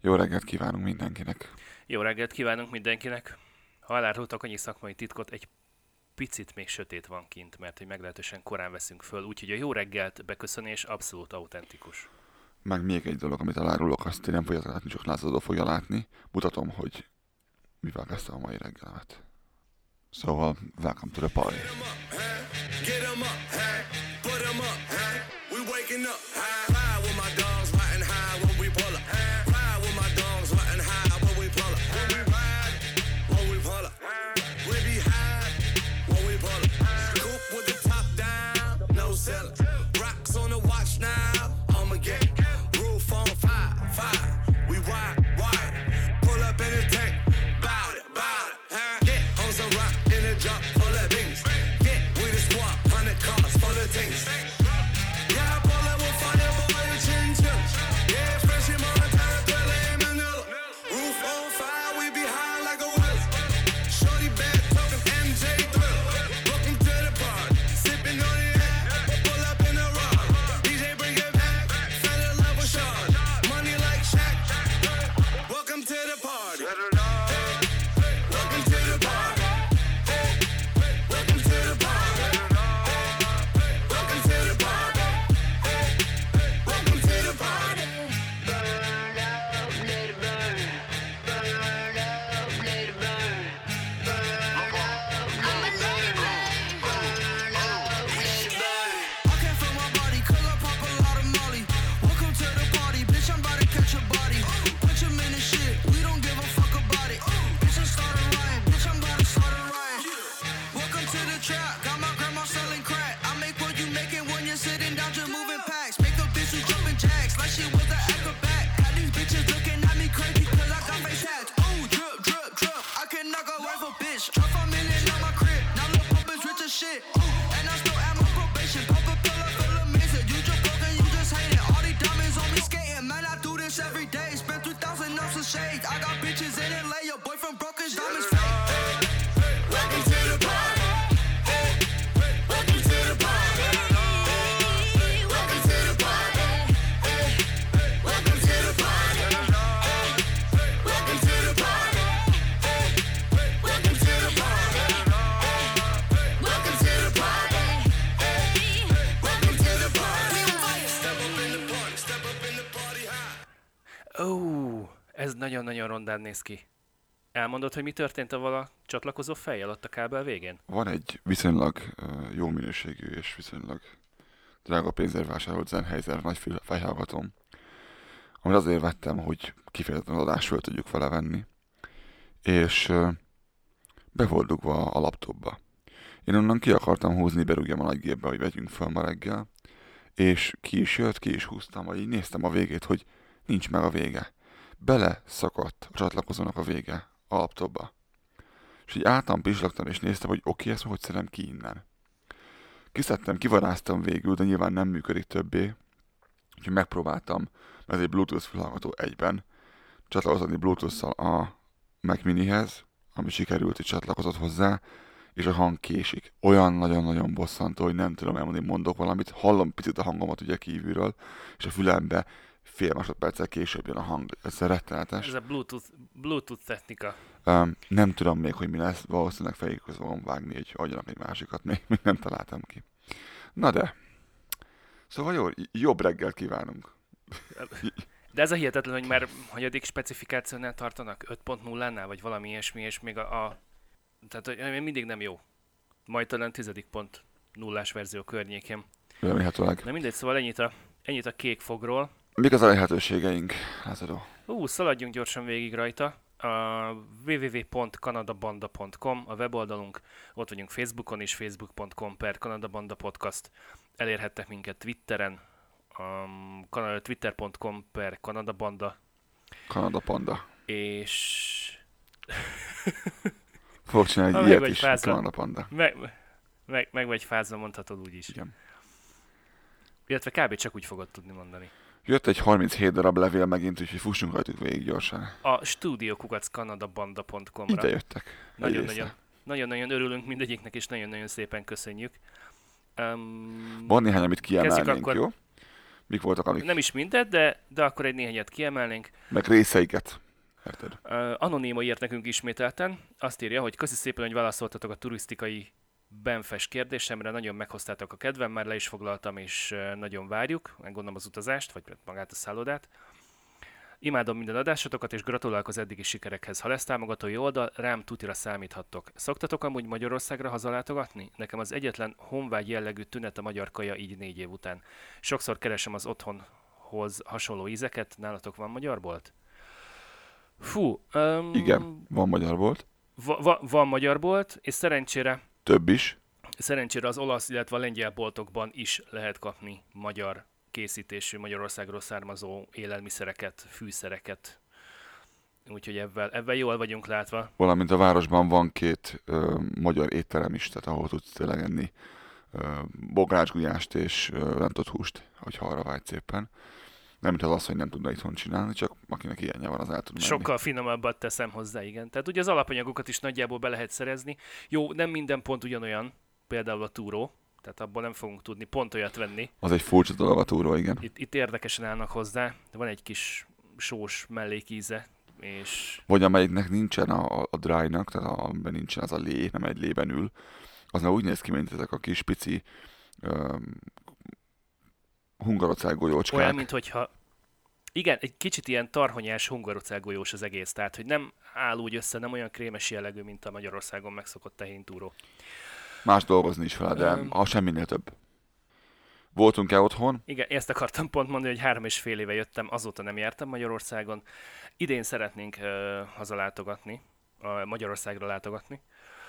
Jó reggelt kívánunk mindenkinek. Jó reggelt kívánunk mindenkinek. Ha elárultak annyi szakmai titkot, egy picit még sötét van kint, mert hogy meglehetősen korán veszünk föl, úgyhogy a jó reggelt beköszönés abszolút autentikus. Meg még egy dolog, amit elárulok, azt én nem fogja látni, csak Lázadó fogja látni. Mutatom, hogy mivel kezdtem a mai reggelemet. Szóval, welcome to the party. Get 'em up, hey, put 'em up, hey. We waking up, high with my dogs, riding high when we pull up. Ride with my dogs, riding high when we pull up. When we ride, when we pull up. We be high when we pull up. Coupe with the top down, no cellar. Rocks on the watch now, I'ma get roof on fire. We ride, pull up in the tank, bout it, huh? Get on some rock in the drop full of things. Get with the squad, 100 cars full of things. Yeah, I pull up with fire, boy, the chin chill. Yeah, fresh in Montana, Thriller in Manila. Roof on fire, we be high like a will. Shorty bad, talking MJ Thrill. Welcome to the party, sipping on the air. Pull up in the rock, DJ bring it back. Fell in love with Sean, money like Shaq. Welcome to the party. Welcome to the party. Welcome to the party. Welcome to the party. Welcome to the party. Burn up, let it burn. Burn up, let it burn. Burn up, let it burn. Burn up, let it burn. I came from my body, cause I pop a lot of molly. Welcome to the party, bitch, I'm about to catch a body. Put your in the shit, we don't give a fuck about it. Bitch, I started rhyme, bitch, I'm about to start a rhyme. Welcome to the trap, got my grandma selling crack. I make what you making when you're sitting down just moving packs. Make a bitch who jumping jacks like she was an acrobat. Had these bitches looking at me crazy cause I got face tats. Ooh, drip, drip, drip, I can knock a wife a bitch. Drop $1 million on my crib, now Lil Pump is rich as shit. Ooh, and I still at my probation, pop a pill up full of mixer. You just broke and you just hate it. All these diamonds on me skating, man, I do this every day. Spent 3,000 ounces of shades. I got bitches in LA, your boyfriend broke his diamonds fake. Welcome to the party. Welcome to the party. Welcome to the party. Welcome to the party. Welcome to the party. Welcome to the party. Welcome to the party. Welcome to the party. Step up in the party. Step up in the party high. Ó, ez nagyon-nagyon rondán néz ki. Elmondod, hogy mi történt avval a csatlakozó fejjel ott a kábel végén? Van egy viszonylag jó minőségű és viszonylag drága pénzért vásárolt Sennheiser nagy fejhallgatóm, amit azért vettem, hogy kifejezetten az adást föl tudjuk vele venni, és be volt dugva a laptopba. Én onnan ki akartam húzni, berúgjam a nagy gépbe, hogy vegyünk föl ma reggel, és ki is jött, ki is húztam, vagy így néztem a végét, hogy nincs meg a vége. Bele szakadt a csatlakozónak a vége a laptopba. És így álltam, pislogtam, és néztem, hogy oké, ezt hogy szedem ki innen. Kiszedtem, kivaráztam végül, de nyilván nem működik többé. Úgyhogy megpróbáltam, mert ez egy Bluetooth fülhallgató egyben, csatlakozni Bluetooth-szal a Mac Minihez, ami sikerült, hogy csatlakozott hozzá, és a hang késik. Olyan nagyon-nagyon bosszantó, hogy nem tudom elmondani, mondok valamit, hallom picit a hangomat ugye kívülről, és a fülembe fél másodperccel később jön a hang. Ez rettenetes. Ez a Bluetooth technika. Nem tudom még, hogy mi lesz, valószínűleg fejéig fogom vágni, hogy adjanak egy másikat, még nem találtam ki. Na de, szóval jobb reggelt kívánunk. De ez a hihetetlen, hogy már hanyadik specifikációnál tartanak? 5.0-nál, vagy valami ilyesmi, és még tehát hogy mindig nem jó. Majd talán 10.0-ás verzió környékén. Remélhetőleg. Na mindegy, szóval ennyit a kék fogról. Mik az a lehetőségeink, Lázadó? Szaladjunk gyorsan végig rajta. A www.kanadabanda.com a weboldalunk, ott vagyunk Facebookon is, facebook.com/Kanadabanda Podcast. Elérhettek minket Twitteren, twitter.com/Kanadabanda. Kanada Panda. És... Fogok csinálni egy ilyet is, Kanada Panda. Meg vagy fázva, mondhatod úgy is. Igen. Illetve kb. Csak úgy fogod tudni mondani. Jött egy 37 darab levél megint, úgyhogy fussunk rajtuk végig gyorsan. A studiokukackanadabanda.com-ra. Ide jöttek. Nagyon-nagyon örülünk mindegyiknek, és nagyon-nagyon szépen köszönjük. Van néhány, amit kiemelnénk, akkor... jó? Mik voltak, amik? Nem is mindet, de akkor egy néhányat kiemelnénk. Meg részeiket. Érted? Anonimo írt nekünk ismételten. Azt írja, hogy köszi szépen, hogy válaszoltatok a turisztikai benfes kérdésemre, nagyon meghoztátok a kedvem, már le is foglaltam, és nagyon várjuk, gondolom az utazást, vagy magát a szállodát. Imádom minden adásotokat, és gratulálok az eddigi sikerekhez. Ha lesz támogatói oldal, rám tutira számíthattok. Szoktatok amúgy Magyarországra hazalátogatni? Nekem az egyetlen honvágy jellegű tünet a magyar kaja így 4 év után. Sokszor keresem az otthonhoz hasonló ízeket. Nálatok van magyar bolt? Fú. Igen, van magyar bolt. Van magyar bolt, és szerencsére Több is. az olasz, illetve a lengyel boltokban is lehet kapni magyar készítésű, Magyarországról származó élelmiszereket, fűszereket. Úgyhogy ebben jól vagyunk látva. Valamint a városban van 2 magyar étterem is, tehát ahol tudsz tényleg enni bográcsgulyást és rántott húst, hogyha arra vágy szépen. Nem mint az asszony nem tudna itthon csinálni, csak akinek ilyenje van, az el tud menni. Sokkal finomabbat teszem hozzá, igen. Tehát ugye az alapanyagokat is nagyjából be lehet szerezni. Jó, nem minden pont ugyanolyan, például a túró, tehát abból nem fogunk tudni pont olyat venni. Az egy furcsa dolog a túró, igen. Itt érdekesen állnak hozzá, de van egy kis sós mellékíze, és... Vagy amelyiknek nincsen a drynak, tehát amiben nincsen az a lé, nem egy lében ül, az már úgy néz ki, mint ezek a kis pici hungarocálgolyócskák. Olyan, minthogyha... Igen, egy kicsit ilyen tarhonyás hungarocálgolyós az egész, tehát hogy nem áll úgy össze, nem olyan krémes jellegű, mint a Magyarországon megszokott tehéntúró. Más dolgozni is vele, de semminél több. Voltunk-e otthon? Igen, ezt akartam pont mondani, hogy 3,5 éve jöttem, azóta nem jártam Magyarországon. Idén szeretnénk hazalátogatni, Magyarországra látogatni,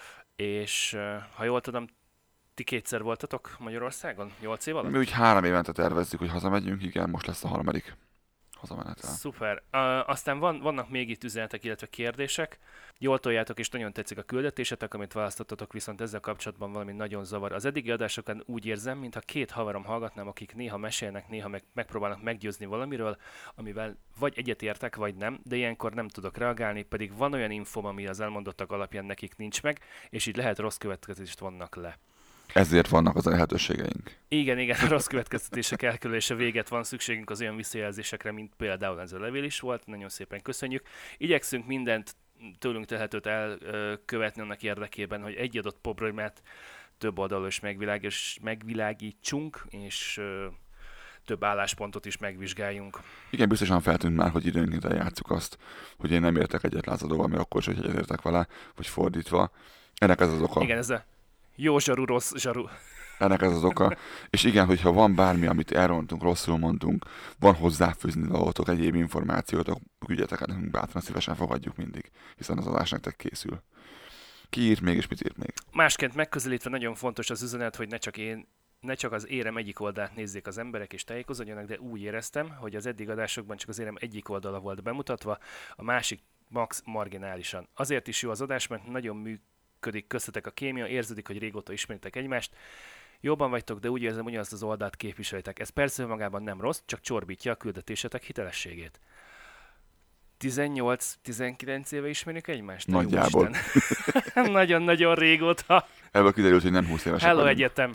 és ha jól tudom, ti 2-szer voltatok Magyarországon? 8 év alatt? Mi úgy 3 évente tervezzük, hogy hazamegyünk, igen, most lesz a 3. hazamenetel. Szuper. Aztán vannak még itt üzenetek, illetve kérdések. Jól toljátok, és nagyon tetszik a küldetésetek, amit választottatok, viszont ezzel kapcsolatban valami nagyon zavar. Az eddigi adásokon úgy érzem, mintha 2 haverom hallgatnám, akik néha mesélnek, néha megpróbálnak meggyőzni valamiről, amivel vagy egyetértek, vagy nem, de ilyenkor nem tudok reagálni, pedig van olyan infom, ami az elmondottak alapján nekik nincs meg, és így lehet rossz következést vannak le. Ezért vannak az a lehetőségeink. Igen, a rossz következtetések elkerülése véget van, szükségünk az olyan visszajelzésekre, mint például ez a levél is volt, nagyon szépen köszönjük. Igyekszünk mindent tőlünk telhetőt elkövetni annak érdekében, hogy egy adott problémát több oldalról is megvilágítsunk, és több álláspontot is megvizsgáljunk. Igen, biztosan feltűnt már, hogy időnként eljátszuk azt, hogy én nem értek egyet Lázadóval, mert akkor is, hogy egyetértek vele, vagy fordítva. Ennek ez az oka. Igen, ez a jó zsaru, rossz zsaru. Ennek ez az oka. És igen, hogyha van bármi, amit elrontunk, rosszul mondtunk, van hozzáfűzni valótok, egyéb információtok, küldjetek el nekünk bátran, szívesen fogadjuk mindig, hiszen az adás nektek készül. Ki írt még, és mit írt még? Másként megközelítve nagyon fontos az üzenet, hogy ne csak az érem egyik oldalát nézzék az emberek és tájékozódjanak, de úgy éreztem, hogy az eddig adásokban csak az érem egyik oldala volt bemutatva, a másik max marginálisan. Azért is jó az adás, mert nagyon működik köztetek a kémia, érződik, hogy régóta ismeritek egymást. Jobban vagytok, de úgy érzem, ugyanazt az oldalt képviselitek. Ez persze magában nem rossz, csak csorbítja a küldetésetek hitelességét. 18-19 éve ismerjük egymást? Nagyjából. Nagyon-nagyon régóta. Ebből kiderült, hogy nem 20 évesek Hello vagyunk. egyetem.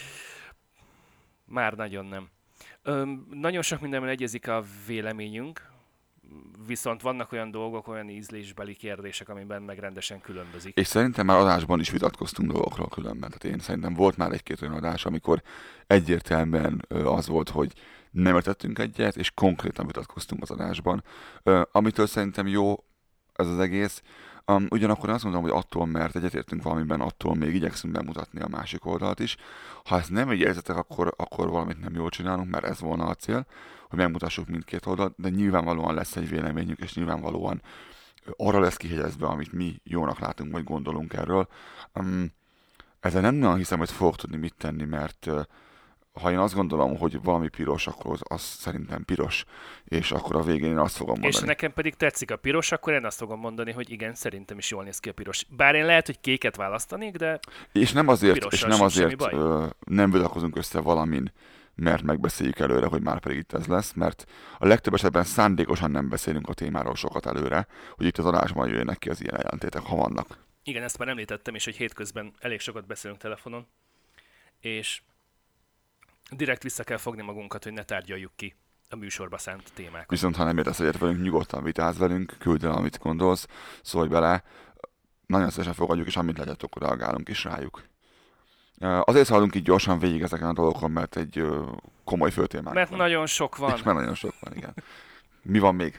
Már nagyon nem. Nagyon sok mindenben egyezik a véleményünk, viszont vannak olyan dolgok, olyan ízlésbeli kérdések, amiben meg rendesen különbözik. És szerintem már adásban is vitatkoztunk dolgokról különben. Tehát én szerintem volt már 1-2 olyan adás, amikor egyértelműen az volt, hogy nem értettünk egyet, és konkrétan vitatkoztunk az adásban. Amitől szerintem jó ez az egész, ugyanakkor azt mondom, hogy attól, mert egyetértünk valamiben, attól még igyekszünk bemutatni a másik oldalt is. Ha ezt nem így érzetek, akkor valamit nem jól csinálunk, mert ez volna a cél, hogy megmutassuk mindkét oldalt, de nyilvánvalóan lesz egy véleményünk, és nyilvánvalóan arra lesz kihegyezve, amit mi jónak látunk, vagy gondolunk erről. Ezzel nem nagyon hiszem, hogy fogok tudni mit tenni, mert ha én azt gondolom, hogy valami piros, akkor az szerintem piros, és akkor a végén én azt fogom mondani. És nekem pedig tetszik a piros, akkor én azt fogom mondani, hogy igen, szerintem is jól néz ki a piros. Bár én lehet, hogy kéket választanék, de és nem azért, pirossal semmi baj. Nem vitatkozunk össze valamin, mert megbeszéljük előre, hogy már pedig itt ez lesz, mert a legtöbb esetben szándékosan nem beszélünk a témáról sokat előre, hogy itt az adásban jöjjenek ki az ilyen ellentétek, ha vannak. Igen, ezt már említettem is, hogy hétközben elég sokat beszélünk telefonon, és direkt vissza kell fogni magunkat, hogy ne tárgyaljuk ki a műsorba szánt témákat. Viszont ha nem értesz egyet velünk, nyugodtan vitázz velünk, küld el, amit gondolsz, szólj bele, nagyon szívesen fogadjuk, és amint legyen, akkor reagálunk is rájuk. Azért szaladunk így gyorsan végig ezeken a dolgokon, mert egy komoly főtémánk Mert van. nagyon sok van. És mert nagyon sok van, igen. Mi van még?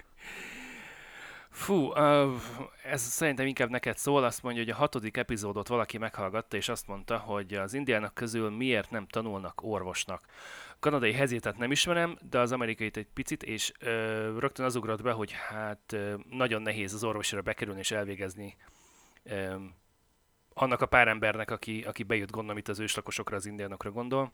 Fú, ez szerintem inkább neked szól. Azt mondja, hogy a 6. epizódot valaki meghallgatta, és azt mondta, hogy az indiának közül miért nem tanulnak orvosnak. A kanadai helyzetet nem ismerem, de az amerikait egy picit, és rögtön az ugrott be, hogy hát nagyon nehéz az orvosra bekerülni és elvégezni annak a pár embernek, aki bejut, gondolom itt az őslakosokra, az indiánokra gondol.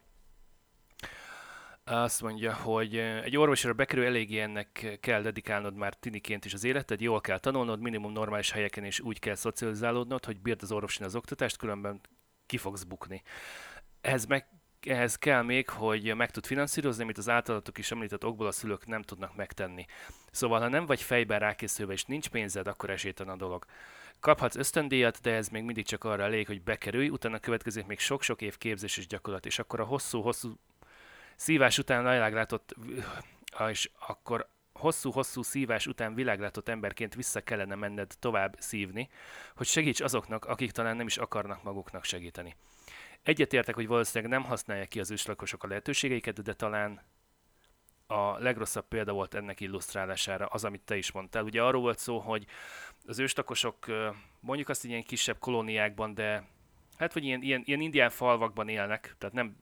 Azt mondja, hogy egy orvosra bekerül, eléggé ennek kell dedikálnod már tiniként is az életed, jól kell tanulnod, minimum normális helyeken is úgy kell szocializálódnod, hogy bírd az orvosin az oktatást, különben ki fogsz bukni. Ehhez kell még, hogy meg tud finanszírozni, amit az általatok is említett okból a szülők nem tudnak megtenni. Szóval, ha nem vagy fejben rákészülve és nincs pénzed, akkor esélytelen a dolog. Kaphatsz ösztöndíjat, de ez még mindig csak arra elég, hogy bekerülj, utána következik még sok-sok év képzés és gyakorlat, és akkor a hosszú szívás után hosszú szívás után világlátott emberként vissza kellene menned tovább szívni, hogy segíts azoknak, akik talán nem is akarnak maguknak segíteni. Egyetértek, hogy valószínűleg nem használják ki az őslakosok a lehetőségeiket, de talán a legrosszabb példa volt ennek illusztrálására az, amit te is mondtál. Ugye arról volt szó, hogy az őslakosok mondjuk azt ilyen kisebb kolóniákban, de hát vagy ilyen indián falvakban élnek, tehát nem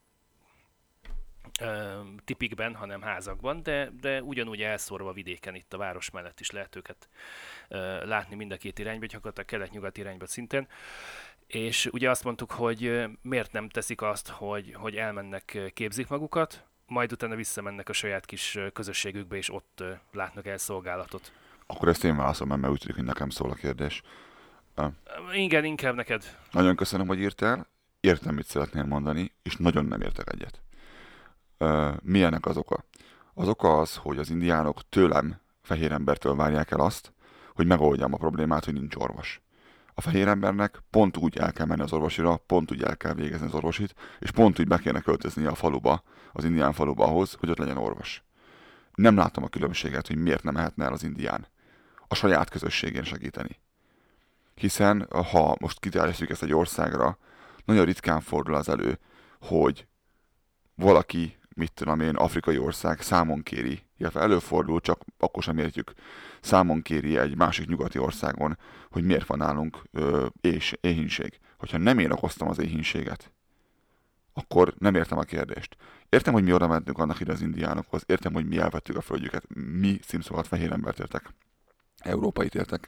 tipikben, hanem házakban, de ugyanúgy elszórva vidéken, itt a város mellett is lehet őket látni mind a két irányba, csak a kelet-nyugat irányba szintén. És ugye azt mondtuk, hogy miért nem teszik azt, hogy elmennek, képzik magukat, majd utána visszamennek a saját kis közösségükbe, és ott látnak el szolgálatot. Akkor ezt én válaszolom, mert úgy tűnik, hogy nekem szól a kérdés. Igen, inkább neked. Nagyon köszönöm, hogy írtál. Értem, mit szeretnél mondani, és nagyon nem értek egyet. Mi ennek az oka? Az oka az, hogy az indiánok tőlem, fehér embertől várják el azt, hogy megoldjam a problémát, hogy nincs orvos. A fehér embernek pont úgy el kell menni az orvosira, pont úgy el kell végezni az orvosit, és pont úgy be kéne költözni a faluba, az indián faluba ahhoz, hogy ott legyen orvos. Nem látom a különbséget, hogy miért nem mehetne el az indián a saját közösségén segíteni. Hiszen, ha most kiterjesztjük ezt egy országra, nagyon ritkán fordul az elő, hogy valaki, mit tudom én, afrikai ország számon kéri, illetve előfordul, csak akkor sem értjük, számon kéri egy másik nyugati országon, hogy miért van nálunk éhínség. Hogyha nem én okoztam az éhínséget, akkor nem értem a kérdést. Értem, hogy mi oda mentünk annak ide az indiánokhoz, értem, hogy mi elvettük a földjüket, mi szimszólat fehér embert értek, európait értek.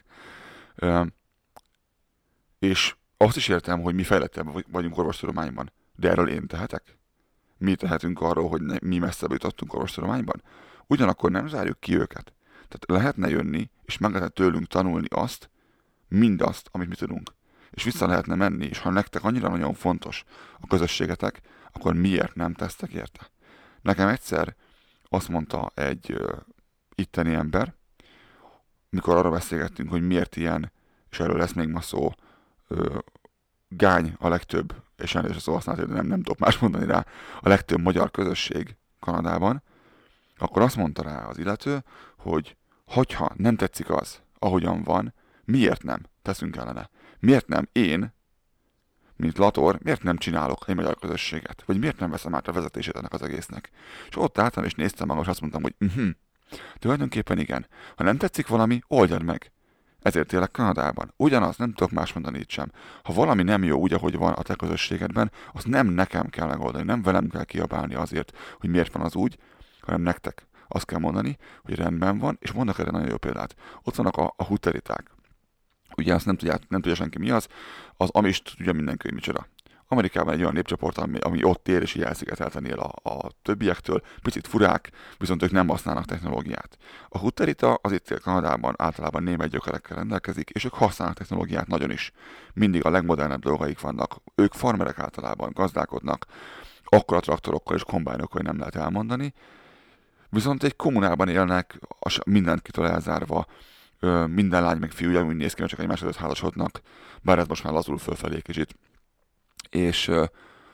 És azt is értem, hogy mi fejlettebb vagyunk orvostudományban, de erről én tehetek? Mi tehetünk arról, hogy mi messzebb jutottunk orvostudományban? Ugyanakkor nem zárjuk ki őket. Tehát lehetne jönni, és meg lehetne tőlünk tanulni mindazt, amit mi tudunk. És vissza lehetne menni, és ha nektek annyira nagyon fontos a közösségetek, akkor miért nem tesztek érte? Nekem egyszer azt mondta egy itteni ember, mikor arra beszélgettünk, hogy miért ilyen, és erről lesz még ma szó, gány a legtöbb, és elnézést a szó használat, de nem tudok más mondani rá, a legtöbb magyar közösség Kanadában, akkor azt mondta rá az illető, hogy hogyha nem tetszik az, ahogyan van, miért nem teszünk ellene? Miért nem én, mint Lator, miért nem csinálok egy magyar közösséget? Vagy miért nem veszem át a vezetését ennek az egésznek? És ott álltam és néztem magam, és azt mondtam, hogy tulajdonképpen igen. Ha nem tetszik valami, oldjad meg. Ezért élek Kanadában. Ugyanaz, nem tudok más mondani itt sem. Ha valami nem jó úgy, ahogy van a te közösségedben, azt nem nekem kell megoldani, nem velem kell kiabálni azért, hogy miért van az úgy, hanem nektek. Azt kell mondani, hogy rendben van, és mondok erre nagyon jó példát. Ott vannak a huteriták. Ugye azt nem tudja senki mi az amist tudja mindenki, hogy micsoda. Amerikában egy olyan népcsoport, ami ott él és így elszigetelten él a többiektől, picit furák, viszont ők nem használnak technológiát. A hutterita az itt él Kanadában általában német gyökerekkel rendelkezik, és ők használnak technológiát nagyon is. Mindig a legmodernebb dolgaik vannak. Ők farmerek általában, gazdálkodnak, akkora traktorokkal és kombájnokkal nem lehet elmondani. Viszont egy kommunában élnek, mindenkitől elzárva, minden lány meg fiú ugyanúgy néz ki, csak egymás előtt házasodnak, bár ez most már lazul fölfelé kicsit. És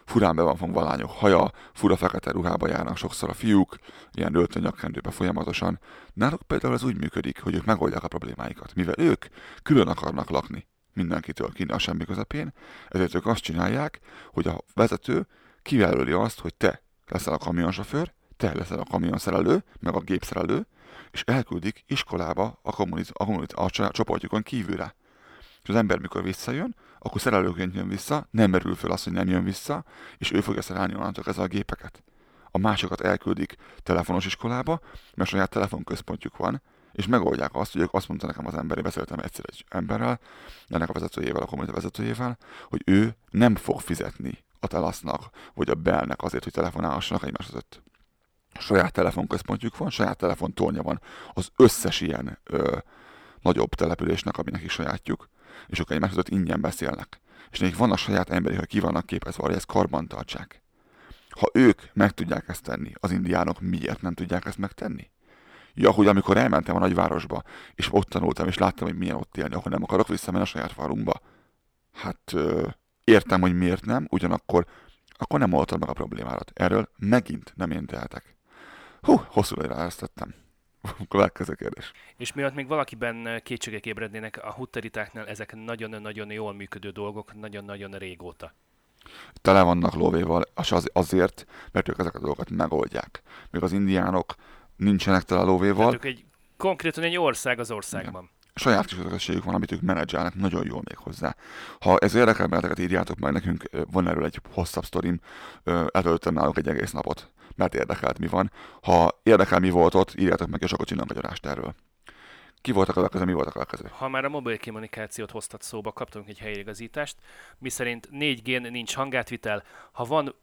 furán be van fogva a lányok haja, fura fekete ruhába járnak sokszor a fiúk, ilyen öltönyakkendőbe folyamatosan. Náluk például ez úgy működik, hogy ők megoldják a problémáikat, mivel ők külön akarnak lakni mindenkitől kint a semmi közepén, ezért ők azt csinálják, hogy a vezető kijelöli azt, hogy te leszel a kamionsofőr, te leszel a kamionszerelő, meg a gépszerelő, és elküldik iskolába a csoportjukon kívülre. És az ember mikor visszajön, akkor szerelőként jön vissza, nem merül föl az, hogy nem jön vissza, és ő fogja szerelni onnantól ezzel a gépeket. A másokat elküldik telefonos iskolába, mert saját telefonközpontjuk van, és megoldják azt, hogy ők azt mondta nekem az ember, én beszéltem egyszer egy emberrel, ennek a vezetőjével, a kommunita vezetőjével, hogy ő nem fog fizetni a Telasznak, vagy a Bellnek azért, hogy telefonálhassanak egymás között. Saját telefonközpontjuk van, saját telefontornya van az összes ilyen nagyobb településnek, ami nekik sajátjuk, és ők egymás között ingyen beszélnek. És nekik vannak saját emberi, hogy ki vannak képezve, hogy ezt karban tartsák. Ha ők meg tudják ezt tenni, az indiánok miért nem tudják ezt megtenni? Ja, hogy amikor elmentem a nagyvárosba, és ott tanultam, és láttam, hogy milyen ott élni, ahol nem akarok visszamenni a saját falunkba. Hát értem, hogy miért nem, ugyanakkor akkor nem oldottam meg a problémárat. Erről megint nem én tehetek. Hosszú időre elesztettem. Következő kérdés. És miatt még valakiben kétségek ébrednének, a hutteritáknál ezek nagyon-nagyon jól működő dolgok, nagyon-nagyon régóta. Tele vannak lóvéval, és azért, mert ők ezeket a dolgokat megoldják. Még az indiánok nincsenek tele lóvéval. Tehát ők konkrétan egy ország az országban. Igen. Saját kis közösségük van, amit ők menedzselnek nagyon jól még hozzá. Ha ez érdekel benneteket, írjátok meg nekünk, van erről egy hosszabb sztorim, eltöltöttem náluk egy egész napot, mert érdekelt mi van. Ha érdekel mi volt ott, írjátok meg, és akkor csinálunk egy adást erről. Ki volt a következő, mi volt a következő? Ha már a mobil kommunikációt hoztat szóba, kaptunk egy helyreigazítást, miszerint 4G-n nincs hangátvitel, ha van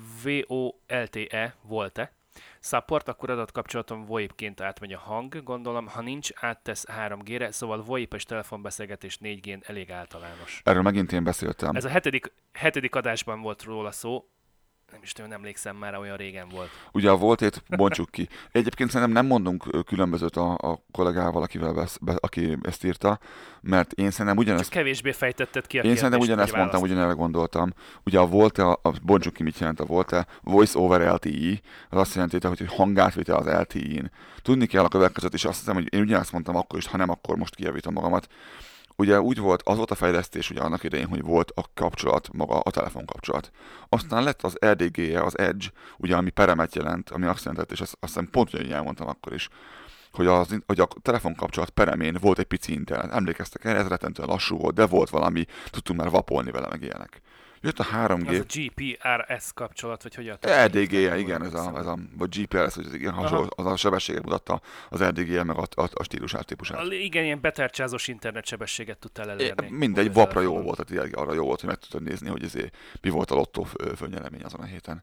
VoLTE, VoLTE, support, akkor adatkapcsolaton VoIP-ként átmegy a hang, gondolom, ha nincs, áttesz 3G-re, szóval VoIP-es telefonbeszélgetés 4G-n elég általános. Erről megint én beszéltem. Ez a hetedik adásban volt róla szó, nem is tudom, emlékszem már, olyan régen volt. Ugye a voltét bontsuk ki. Egyébként szerintem nem mondunk különbözőt a kollégával, aki ezt írta, mert én szerintem ugyanezt... Csak kevésbé fejtetted ki a Én kérdést, szerintem ugyanezt vagy mondtam, választ. ugyanerre gondoltam. Ugye a VoLTE, bontsuk ki, mit jelent a VoLTE, Voice over LTE, az azt jelenti, hogy hangátvitel az LTE-n. Tudni kell a következőt, és azt hiszem, hogy én ugyanezt mondtam akkor is, ha nem, akkor most kijavítom magamat. Ugye úgy volt, az volt a fejlesztés ugye annak idején, hogy volt a kapcsolat, maga a telefonkapcsolat. Aztán lett az RDGE, az Edge, ugye ami peremet jelent, ami azt jelentett, és azt hiszem pont ugyanúgy elmondtam akkor is, hogy a telefonkapcsolat peremén volt egy pici internet. Emlékeztek erre, ez rettentően lassú volt, de volt valami, tudtunk már vapolni vele, meg ilyenek. Jött a 3G. Az a GPRS kapcsolat, vagy hogy a... RDGE, igen, vagy GPRS, hogy igen, hasonló, az a sebességet mutatta az RDGE, meg a stílusát, típusát. Igen, ilyen betárcsázós internetsebességet tudtál elérni. Mindegy, vapra jó volt, tehát tényleg arra jó volt, hogy meg tudtad nézni, hogy mi volt a lottó fölnyeremény azon a héten.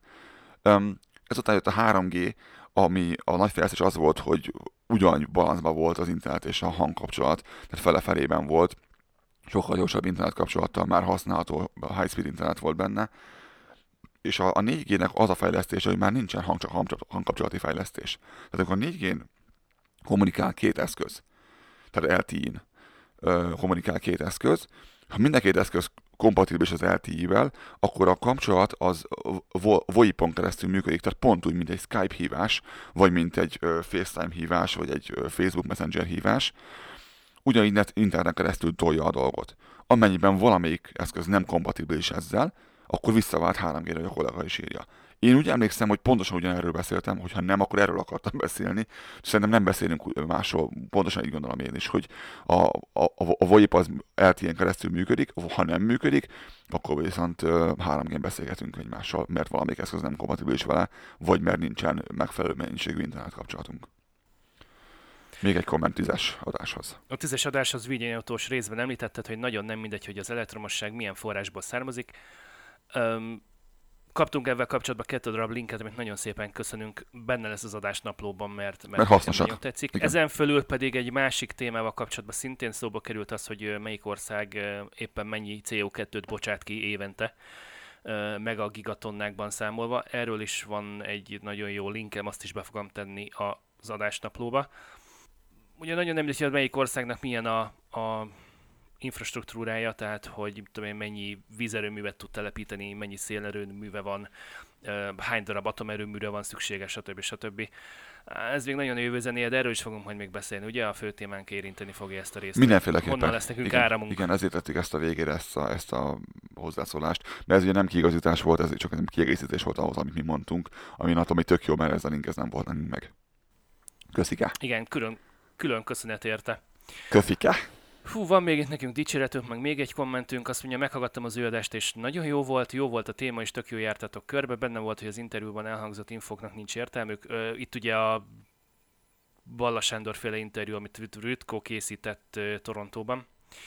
Ezután jött a 3G, ami a nagy fejlesztés az volt, hogy ugyan balanszban volt az internet és a hangkapcsolat, tehát fele-felében volt, sokkal gyorsabb internet kapcsolattal már használható, a high-speed internet volt benne, és a 4G-nek az a fejlesztése, hogy már nincsen hangkapcsolati fejlesztés. Tehát akkor a 4G-n kommunikál két eszköz, tehát LTE-n kommunikál két eszköz. Ha mind a két eszköz kompatibilis az LTE-vel, akkor a kapcsolat az VoIP-on keresztül működik, tehát pont úgy, mint egy Skype hívás, vagy mint egy FaceTime hívás, vagy egy Facebook Messenger hívás. Ugyanígy interneten keresztül tolja a dolgot. Amennyiben valamelyik eszköz nem kompatibilis ezzel, akkor visszavált 3G-re, hogy a kollega is írja. Én úgy emlékszem, hogy pontosan ugyanerről beszéltem, hogyha nem, akkor erről akartam beszélni. Szerintem nem beszélünk másról, pontosan így gondolom én is, hogy a VoIP az LTE-n keresztül működik, ha nem működik, akkor viszont 3G-n beszélgetünk egymással, mert valamelyik eszköz nem kompatibilis vele, vagy mert nincsen megfelelő mennyiségű internet kapcsolatunk. Még egy komment 10-es adáshoz. A 10-es adáshoz vígyenyautós részben említetted, hogy nagyon nem mindegy, hogy az elektromosság milyen forrásból származik. Kaptunk ezzel kapcsolatban 2 darab linket, amit nagyon szépen köszönünk. Benne lesz az adás naplóban, mert hasznosak. nagyon tetszik. Igen. Ezen fölül pedig egy másik témával kapcsolatban szintén szóba került az, hogy melyik ország éppen mennyi CO2-t bocsát ki évente, meg a gigatonnákban számolva. Erről is van egy nagyon jó linkem, azt is be fogom tenni az adás naplóba. Ugye nagyon nem mindegy, hogy melyik országnak milyen a infrastruktúrája, tehát hogy tudom én, mennyi vízerőművet tud telepíteni, mennyi szélerőműve van, hány darab atomerőműre van szükséges, stb. Ez még nagyon jövőzenéje, de erről is fogunk majd még beszélni. Ugye a fő témánk érinteni fogja ezt a részt. Mindenféleképpen. Honnan lesz nekünk igen, áramunk? Igen, ezért tettük ezt a végére, ezt a hozzászólást. Mert ez ugye nem kiigazítás volt, ez csak egy kiegészítés volt ahhoz, amit mi mondtunk, ami attól még tök jó, mert ez a link ez nem volt nekünk meg. Köszike. Igen, külön köszönet érte. Köszike. Hú, van még itt nekünk dicséretünk, meg még egy kommentünk, azt mondja, meghallgattam az előadást, és nagyon jó volt a téma, és tök jó jártatok körbe, benne volt, hogy az interjúban elhangzott infoknak nincs értelmük. Itt ugye a Balla Sándor féle interjú, amit Rütko készített Torontóban.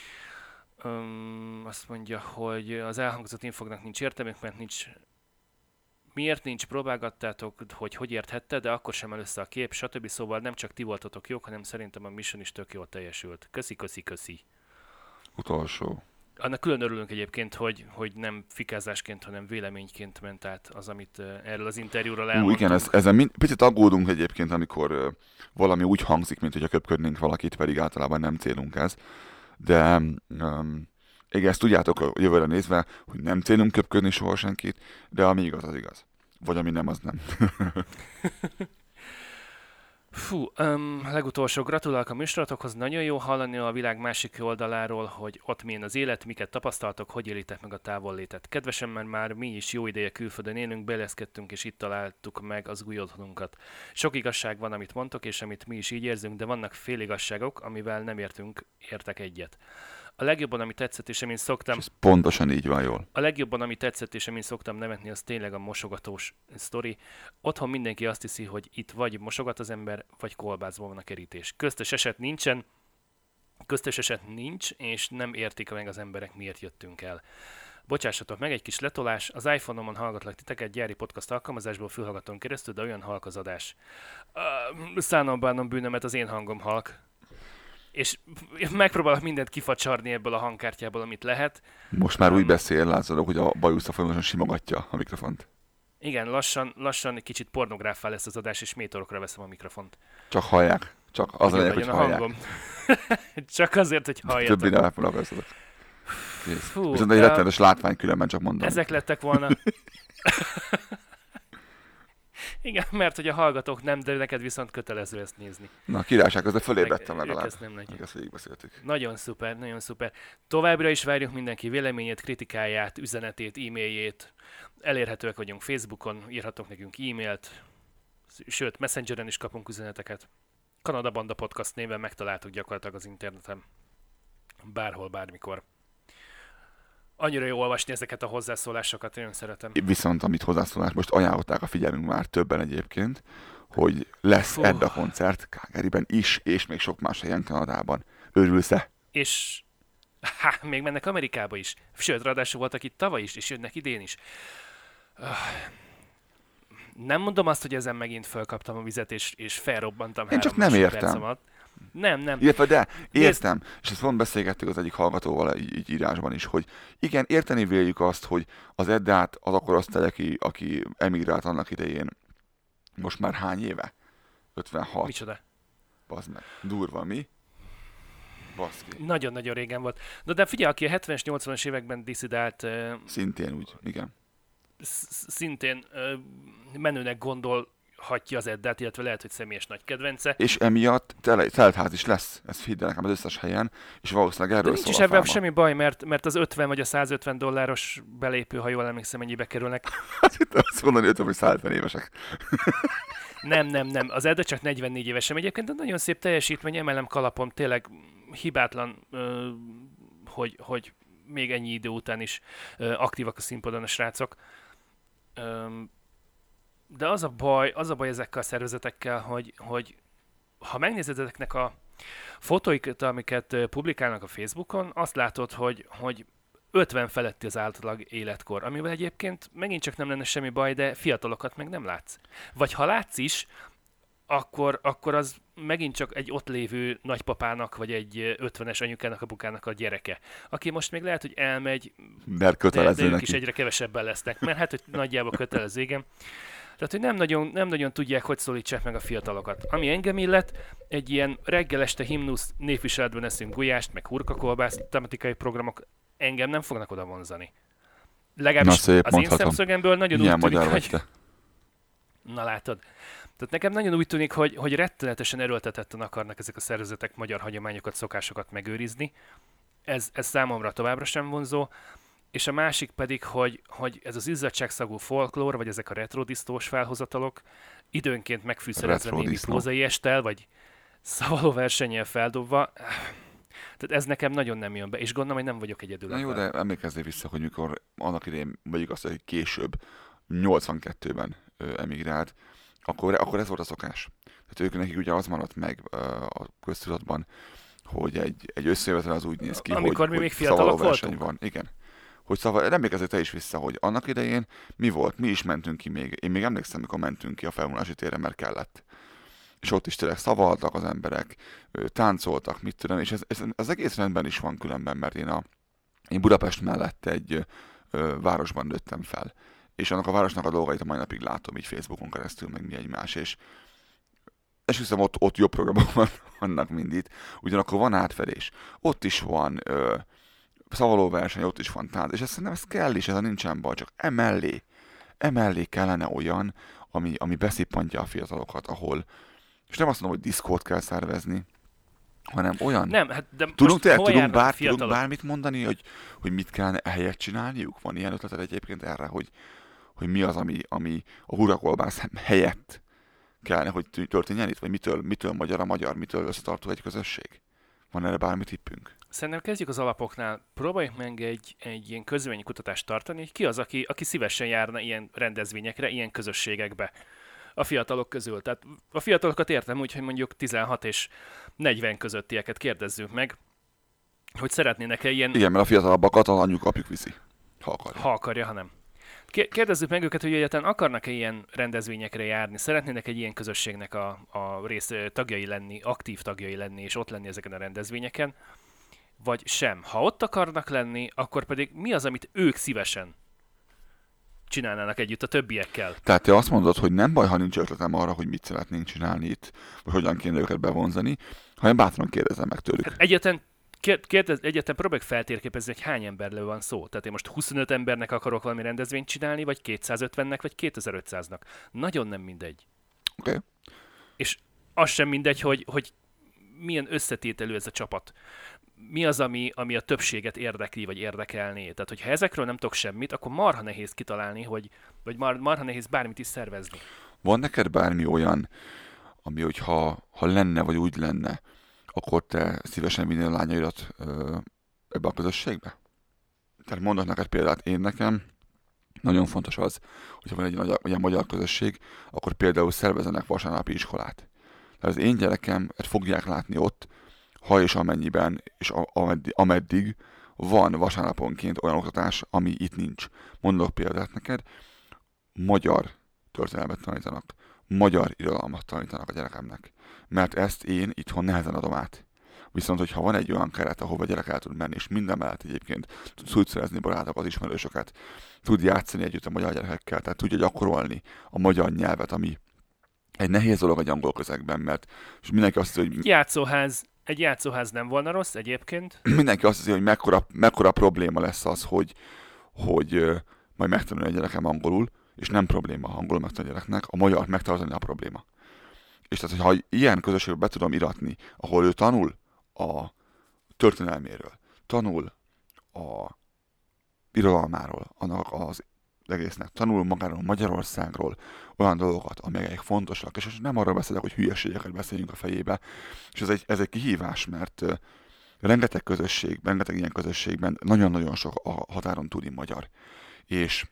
Azt mondja, hogy az elhangzott infoknak nincs értelmük, mert nincs... Miért nincs, próbálgattátok, hogy érthette, de akkor sem először a kép, stb. Szóval nem csak ti voltatok jók, hanem szerintem a mission is tök jól teljesült. Köszi. Utolsó. Annak külön örülünk egyébként, hogy nem fikázásként, hanem véleményként ment át az, amit erről az interjúról elmondtunk. Igen, ezen picit aggódunk egyébként, amikor valami úgy hangzik, mint hogyha köpködnénk valakit, pedig általában nem célunk ez. De igen, ezt tudjátok a jövőre nézve, hogy nem célunk köpködni soha senkit, de ami igaz, az igaz. Vagy ami nem, az nem. Fú, legutolsó gratulálok a műsoratokhoz, nagyon jó hallani a világ másik oldaláról, hogy ott milyen az élet, miket tapasztaltok, hogy élitek meg a távollétet. Kedvesen, mert már mi is jó ideje külföldön élünk, beilleszkedtünk és itt találtuk meg az új otthonunkat. Sok igazság van, amit mondtok, és amit mi is így érzünk, de vannak féligazságok, amivel nem értek egyet. A legjobban, ami tetszett, és amin szoktam... Ez pontosan így van jól. A legjobban, ami tetszett, és amin szoktam nevetni, az tényleg a mosogatós sztori. Otthon mindenki azt hiszi, hogy itt vagy mosogat az ember, vagy kolbászból van a kerítés. Köztes eset nincs, és nem értik meg az emberek, miért jöttünk el. Bocsássatok meg, egy kis letolás. Az iPhone-omon hallgatlak titeket gyári podcast alkalmazásból fülhallgatón keresztül, de olyan halk az adás. Szánom bánom bűnömet, az én hangom halk. És megpróbálok mindent kifacsarni ebből a hangkártyából, amit lehet. Most már úgy beszél, látszolok, hogy a bajusza folyamatosan simogatja a mikrofont. Igen, lassan egy kicsit pornográffá lesz az adás, és métorokra veszem a mikrofont. Csak hallják. Csak az a lényeg, hogy hallják. Csak azért, hogy halljatok. Többi nem foglalkoztatok. Viszont egy rettenetes látvány, különben csak mondom. Ezek lettek volna. Igen, mert hogy a hallgatók nem, de neked viszont kötelező ezt nézni. Na, királyság, közben fölébredtem legalább. Ezt nem meg ezt végigbeszéltük. Nagyon szuper. Továbbra is várjuk mindenki véleményét, kritikáját, üzenetét, e-mailjét. Elérhetőek vagyunk Facebookon, írhatok nekünk e-mailt, sőt, Messengeren is kapunk üzeneteket. Kanada Banda Podcast néven megtaláltok gyakorlatilag az interneten. Bárhol, bármikor. Annyira jó olvasni ezeket a hozzászólásokat, nagyon szeretem. Viszont amit hozzászólás, most ajánlották a figyelmünk már többen egyébként, hogy lesz Edda koncert Calgaryben is, és még sok más helyen Kanadában. Örülsz-e? És még mennek Amerikába is. Sőt, ráadásul voltak itt tavaly is, és jönnek idén is. Nem mondom azt, hogy ezen megint fölkaptam a vizet, és felrobbantam. Én csak nem értem. Nem. Illetve de, értem, és ezt pont beszélgettük az egyik hallgatóval így írásban is, hogy igen, érteni véljük azt, hogy az Eddát az akorosztály, aki emigrált annak idején, most már hány éve? 56. Micsoda? Bazd meg. Durva, mi? Baszki. Nagyon-nagyon régen volt. De figyelj, aki a 70-es, 80-as években diszidált... Szintén úgy, igen. Szintén menőnek gondolhatja az Eddát, illetve lehet, hogy személyes nagy kedvence. És emiatt teltház is lesz, ezt hidd el nekem az összes helyen, és valószínűleg erről de szól nincs a is ebben fáma. semmi baj, mert az 50 vagy a 150 dolláros belépő, ha jól emlékszem, mennyibe kerülnek. Azt hittem azt mondani, 50 vagy 150 évesek. Nem. Az Edda csak 44 évesem. Egyébként nagyon szép teljesítmény, emelem kalapom, tényleg hibátlan, hogy még ennyi idő után is aktívak a színpadon a srácok. De az a baj ezekkel a szervezetekkel, hogy ha megnézed ezeknek a fotóikat, amiket publikálnak a Facebookon, azt látod, hogy 50 feletti az átlag életkor, amivel egyébként megint csak nem lenne semmi baj, de fiatalokat meg nem látsz. Vagy ha látsz is, akkor az megint csak egy ott lévő nagypapának, vagy egy 50-es anyukának, apukának a gyereke, aki most még lehet, hogy elmegy, Mert kötelező de ők neki. is egyre kevesebben lesznek, mert hát, hogy nagyjából kötelező, igen. Tehát, hogy nem nagyon tudják, hogy szólítsák meg a fiatalokat. Ami engem illet, egy ilyen reggel este himnusz névviseletben eszünk gulyást, meg hurkakolbászt, tematikai programok engem nem fognak oda vonzani. Legalábbis Na, szép, az én mondhatom. szemszögemből nagyon Milyen úgy tűnik, magyar vagy hogy... te. Na látod. Tehát nekem nagyon úgy tűnik, hogy rettenetesen erőltetetten akarnak ezek a szervezetek magyar hagyományokat, szokásokat megőrizni. Ez számomra továbbra sem vonzó. És a másik pedig, hogy ez az izzadságszagú folklór, vagy ezek a retrodisztós felhozatalok időnként megfűszerezve némi Retrodisznó. prózai estel, vagy szavaló versennyel feldobva. Tehát ez nekem nagyon nem jön be, és gondolom, hogy nem vagyok egyedül. Na jó, ebben. de emlékezzél vissza, hogy mikor annak idején, mondjuk azt, hogy később, 82-ben emigrált, akkor ez volt a szokás. Tehát ők nekik ugye az maradt meg a köztudatban, hogy egy összejövetel az úgy néz ki, Amikor mi hogy még fiatalok szavalóverseny voltunk. van. Igen. Hogy emlékezzél te is vissza, hogy annak idején mi volt, mi is mentünk ki még. Én még emlékszem, mikor mentünk ki a felvonulási térre, mert kellett. És ott is tényleg szavaltak az emberek, táncoltak, mit tudom, és ez az egész rendben is van különben, mert én Budapest mellett egy városban nőttem fel. És annak a városnak a dolgait a mai napig látom így Facebookon keresztül, meg mi egymás, és hiszem ott jobb programok vannak, mint itt. Ugyanakkor van átfedés. Ott is van szavalóverseny, ott is van tánc, és szerintem ez kell is, ez nincsen baj, csak emellé kellene olyan, ami beszippantja a fiatalokat, ahol, és nem azt mondom, hogy diszkót kell szervezni, hanem olyan. Nem, hát de Tudunk most hova járnak a tudunk fiatalok? bármit mondani, hogy mit kellene ehelyett csinálniuk? Van ilyen ötleted egyébként erre, hogy mi az, ami a hurkakolbász helyett kellene, hogy történjen itt? Vagy mitől magyar a magyar, mitől összetartó egy közösség? Van erre bármi tippünk? Szerintem kezdjük az alapoknál. Próbáljuk meg egy ilyen közvéleménykutatást tartani, hogy ki az, aki szívesen járna ilyen rendezvényekre, ilyen közösségekbe a fiatalok közül. Tehát a fiatalokat értem úgy, hogy mondjuk 16 és 40 közöttieket kérdezzünk meg, hogy szeretnének-e ilyen, Igen, mert a fiatalabbakat az anyjuk apjuk viszi, ha akarja. ha akarja, ha nem. Kérdezzük meg őket, hogy egyáltalán akarnak-e ilyen rendezvényekre járni, szeretnének egy ilyen közösségnek a rész tagjai lenni, aktív tagjai lenni, és ott lenni ezeken a rendezvényeken, vagy sem. Ha ott akarnak lenni, akkor pedig mi az, amit ők szívesen csinálnának együtt a többiekkel? Tehát te azt mondod, hogy nem baj, ha nincs ötletem arra, hogy mit szeretnénk csinálni itt, vagy hogyan kéne őket bevonzani, hanem bátran kérdezem meg tőlük. Hát egyetlen próbáljuk feltérképezni, hogy hány emberről van szó. Tehát én most 25 embernek akarok valami rendezvényt csinálni, vagy 250-nek, vagy 2500-nak. Nagyon nem mindegy. Oké. És az sem mindegy, hogy milyen összetételű ez a csapat. Mi az, ami a többséget érdekli, vagy érdekelné. Tehát, hogyha ezekről nem tudok semmit, akkor marha nehéz kitalálni, vagy marha nehéz bármit is szervezni. Van neked bármi olyan, ami, hogyha lenne, vagy úgy lenne, akkor te szívesen vinnél a lányaidat ebbe a közösségbe? Tehát mondok neked példát, én nekem nagyon fontos az, hogyha van egy olyan magyar közösség, akkor például szervezenek vasárnapi iskolát. Tehát az én gyerekemet fogják látni ott, ha és amennyiben, és ameddig van vasárnaponként olyan oktatás, ami itt nincs. Mondok példát neked, magyar történelmet tanítanak, magyar irodalmat tanítanak a gyerekemnek. Mert ezt én itthon nehezen adom át. Viszont, hogyha van egy olyan keret, ahova a gyerek el tud menni, és minden mellett egyébként tud szerezni barátokat, ismerősöket, tud játszani együtt a magyar gyerekekkel, tehát tudja gyakorolni a magyar nyelvet, ami egy nehéz dolog egy angol közegben, mert és mindenki azt hiszi, hogy Egy játszóház nem volna rossz egyébként. mindenki azt hiszi, hogy mekkora probléma lesz az, hogy majd megtanulni a gyerekem angolul, és nem probléma angolul megtanulni a gyereknek, a magyar megtartani a probléma. És tehát, hogyha ilyen közösségbe be tudom iratni, ahol ő tanul a történelméről, tanul a irodalmáról, annak az egésznek, tanul magáról Magyarországról olyan dolgokat, amelyek fontosak, és nem arra beszélek, hogy hülyeségeket beszéljünk a fejébe, és ez egy kihívás, mert rengeteg ilyen közösségben nagyon-nagyon sok a határon túli magyar. És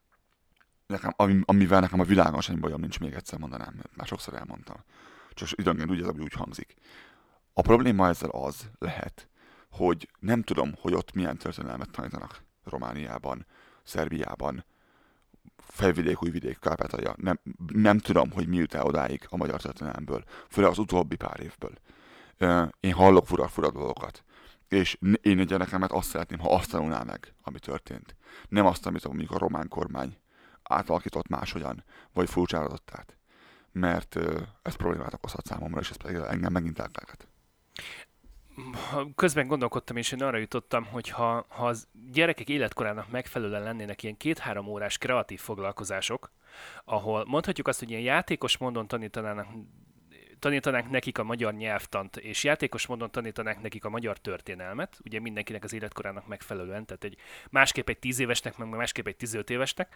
amivel nekem a világon semmi bajom nincs, még egyszer mondanám, mert már sokszor elmondtam. Csak időnként úgy hangzik. A probléma ezzel az lehet, hogy nem tudom, hogy ott milyen történelmet tanítanak Romániában, Szerbiában, Felvidék, Újvidék, Kárpátalja. Nem tudom, hogy mi jut el odáig a magyar történelemből, főleg az utóbbi pár évből. Én hallok fura dolgokat. És én egy gyerekemet azt szeretném, ha azt tanulná meg, ami történt. Nem azt, amit mondjuk a román kormány átalakított máshogyan, vagy furcsárodott át. Mert ez problémát okozhat számomra, és ez pedig engem megint elkelget. Közben gondolkodtam, és én arra jutottam, hogy ha az gyerekek életkorának megfelelően lennének ilyen 2-3 órás kreatív foglalkozások, ahol mondhatjuk azt, hogy ilyen játékos módon tanítanánk nekik a magyar nyelvtant, és játékos módon tanítanánk nekik a magyar történelmet, ugye mindenkinek az életkorának megfelelően, tehát másképp egy 10 évesnek, meg másképp egy 15 évesnek.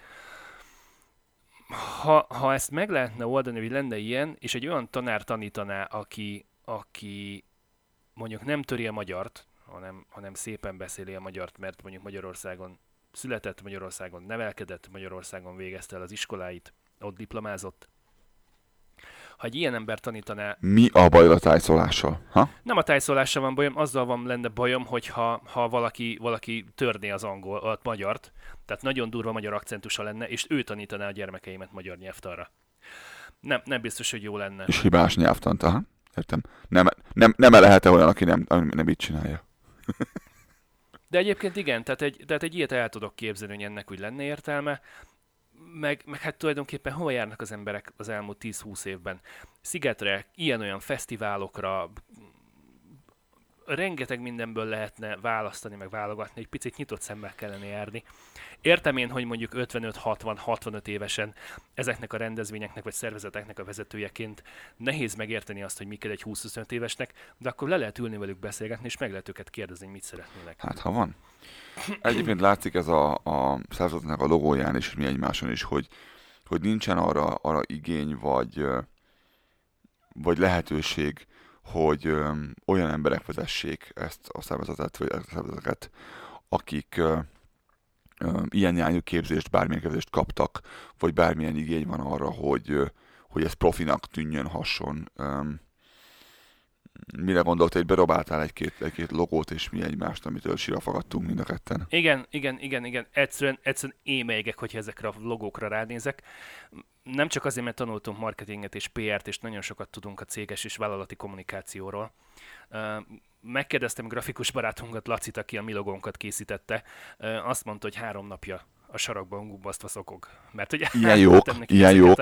Ha ezt meg lehetne oldani, hogy lenne ilyen, és egy olyan tanár tanítaná, aki mondjuk nem töri a magyart, hanem szépen beszéli a magyart, mert mondjuk Magyarországon született, Magyarországon nevelkedett, Magyarországon végezte el az iskoláit, ott diplomázott. Ha egy ilyen ember tanítaná... Mi a baj a tájszólással? Ha? Nem a tájszólással van bajom, azzal lenne bajom, hogy ha valaki törné az a magyart, tehát nagyon durva magyar akcentusa lenne, és ő tanítaná a gyermekeimet magyar nyelvtanra. Nem biztos, hogy jó lenne. És hibás nyelvtant, aha. Értem. Nem lehet-e olyan, aki nem így csinálja? De egyébként igen, tehát egy ilyet el tudok képzelni, hogy ennek úgy lenne értelme. Meg hát tulajdonképpen hova járnak az emberek az elmúlt 10-20 évben? Szigetre, ilyen-olyan fesztiválokra, rengeteg mindenből lehetne választani, meg válogatni, egy picit nyitott szemmel kellene járni. Értem én, hogy mondjuk 55-60-65 évesen ezeknek a rendezvényeknek vagy szervezeteknek a vezetőjeként nehéz megérteni azt, hogy mi kell egy 20-25 évesnek, de akkor le lehet ülni velük beszélgetni, és meg lehet őket kérdezni, hogy mit szeretnének. Hát, ha van. Egyébként látszik ez a szervezetnek a logóján is, és mi egymáson is, hogy nincsen arra igény, vagy lehetőség, hogy olyan emberek vezessék ezt a szervezetet, vagy a szervezeteket, akik ilyen irányú képzést, bármilyen képzést kaptak, vagy bármilyen igény van arra, hogy ez profinak tűnjön, hasson. Mire gondolt, hogy berobáltál egy-két logót, és mi egymást, amitől sírva fogadtunk mind a ketten? Igen. Egyszerűen émelygek, hogyha ezekre a logókra ránézek. Nem csak azért, mert tanultunk marketinget és PR-t, és nagyon sokat tudunk a céges és vállalati kommunikációról. Megkérdeztem grafikus barátunkat, Lacit, aki a mi logónkat készítette. Azt mondta, hogy 3 napja a sarokban gubbasztva szokog. Mert ugye Ilyen jók.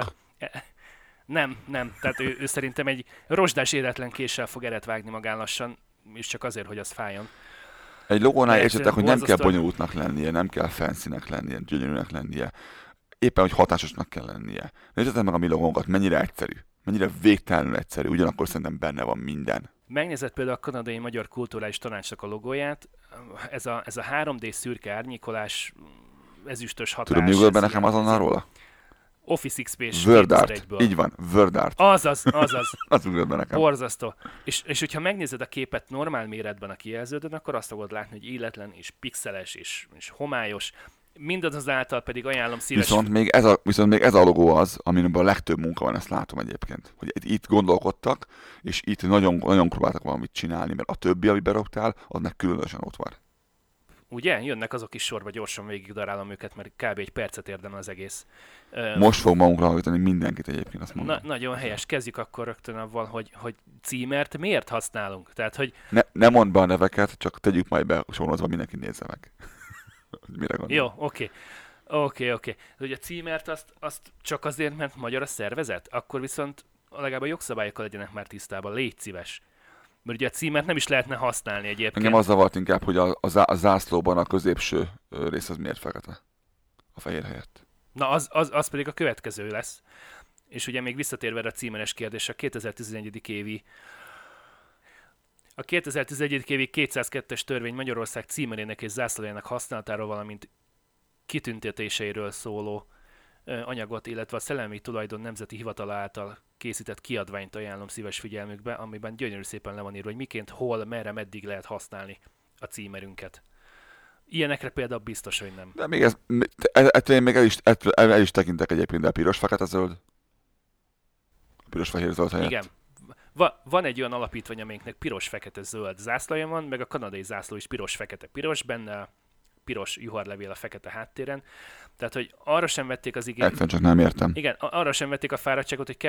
Nem. Tehát ő szerintem egy rozsdás éretlen késsel fog eret vágni magán lassan, és csak azért, hogy az fájjon. Egy logónál értsetek, hogy nem kell bonyolultnak lennie, nem kell fancynek lennie, gyönyörűnek lennie. Éppen, hogy hatásosnak kell lennie. Nézzetek meg a mi logónkat, mennyire egyszerű. Mennyire végtelenül egyszerű, ugyanakkor szerintem benne van minden. Megnézett például a Kanadai Magyar Kulturális Tanácsnak a logóját. Ez a 3D szürke árnyékolás, ezüstös hatás. Tudom, mi ugrott be nekem azonnal róla? Office XP-s Word Art. Így van, Word Art. Azaz. Az ugrott be nekem. Borzasztó. És hogyha megnézed a képet normál méretben a kijelződön, akkor azt fogod látni, hogy illetlen és pixeles és homályos. Mindazáltal pedig ajánlom szívesen. Viszont még ez a logó az, amiben a legtöbb munka van, ezt látom egyébként. Hogy itt gondolkodtak, és itt nagyon, nagyon próbáltak valamit csinálni, mert a többi, ami beroktál, az meg különösen ott van. Ugye? Jönnek azok is sorba, gyorsan végig darálom őket, mert kb. Egy percet érdemel az egész. Most fog magunkra hallgatni mindenkit egyébként, azt mondom. Nagyon helyes. Kezdjük akkor rögtön avval, hogy címert miért használunk? Tehát, hogy... Ne mondd be a neveket, csak tegyük majd be sorozva, mindenki nézze meg. Mire gondol? Jó, oké. Hogy a címert azt csak azért, mert magyar a szervezet? Akkor viszont legalább a jogszabályokkal legyenek már tisztában. Légy szíves. Mert ugye a címert nem is lehetne használni egyébként. Engem az zavart inkább, hogy a zászlóban a középső rész az miért fekete? A fehér helyett. Na, az pedig a következő lesz. És ugye még visszatérve a címeres kérdés, a 2011. évi 202-es törvény Magyarország címerének és zászlójának használatáról, valamint kitüntetéseiről szóló anyagot, illetve a Szellemi Tulajdon Nemzeti Hivatala által készített kiadványt ajánlom szíves figyelmükbe, amiben gyönyörű szépen le van írva, hogy miként, hol, merre, meddig lehet használni a címerünket. Ilyenekre például biztos, hogy nem. De még ettől én még el is tekintek egyébként, de a piros-fekete-zöld? Piros-fehér-zöld helyett? Igen. Van egy olyan alapítvány, amelyiknek piros-fekete-zöld zászlaja van, meg a kanadai zászló is piros-fekete-piros, benne piros juharlevél a fekete háttéren. Tehát, hogy arra sem vették az igényt... Egyszerűen csak nem értem. Igen, arra sem vették a fáradtságot, hogy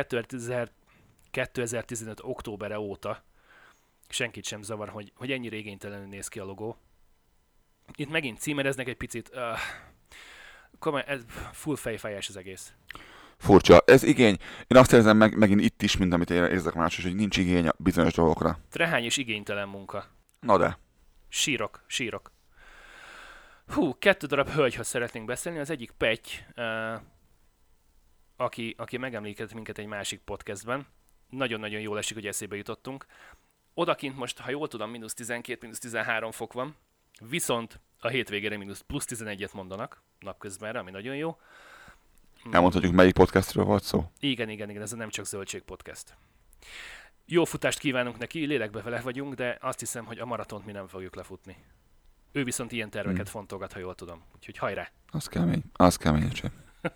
2015. októbere óta senkit sem zavar, hogy ennyire igénytelenül néz ki a logó. Itt megint címereznek egy picit. komoly, ez full fejfájás az egész. Furcsa. Ez igény. Én azt érzem megint itt is, mint amit érzek máshol, hogy nincs igény a bizonyos dolgokra. Trehány és igénytelen munka. Na de. Sírok. Hú, 2 darab hölgyhöz szeretnénk beszélni. Az egyik Petty, aki megemlékezett minket egy másik podcastben. Nagyon-nagyon jól esik, hogy eszébe jutottunk. Odakint most, ha jól tudom, -12, -13 fok van. Viszont a hétvégére +11-et mondanak napközbenre, ami nagyon jó. Elmondhatjuk, melyik podcastről volt szó? Igen, ez a Nem Csak Zöldség podcast. Jó futást kívánunk neki, lélekbe vele vagyunk, de azt hiszem, hogy a maratont mi nem fogjuk lefutni. Ő viszont ilyen terveket fontolgat, ha jól tudom. Úgyhogy hajrá! Az kemény, csak.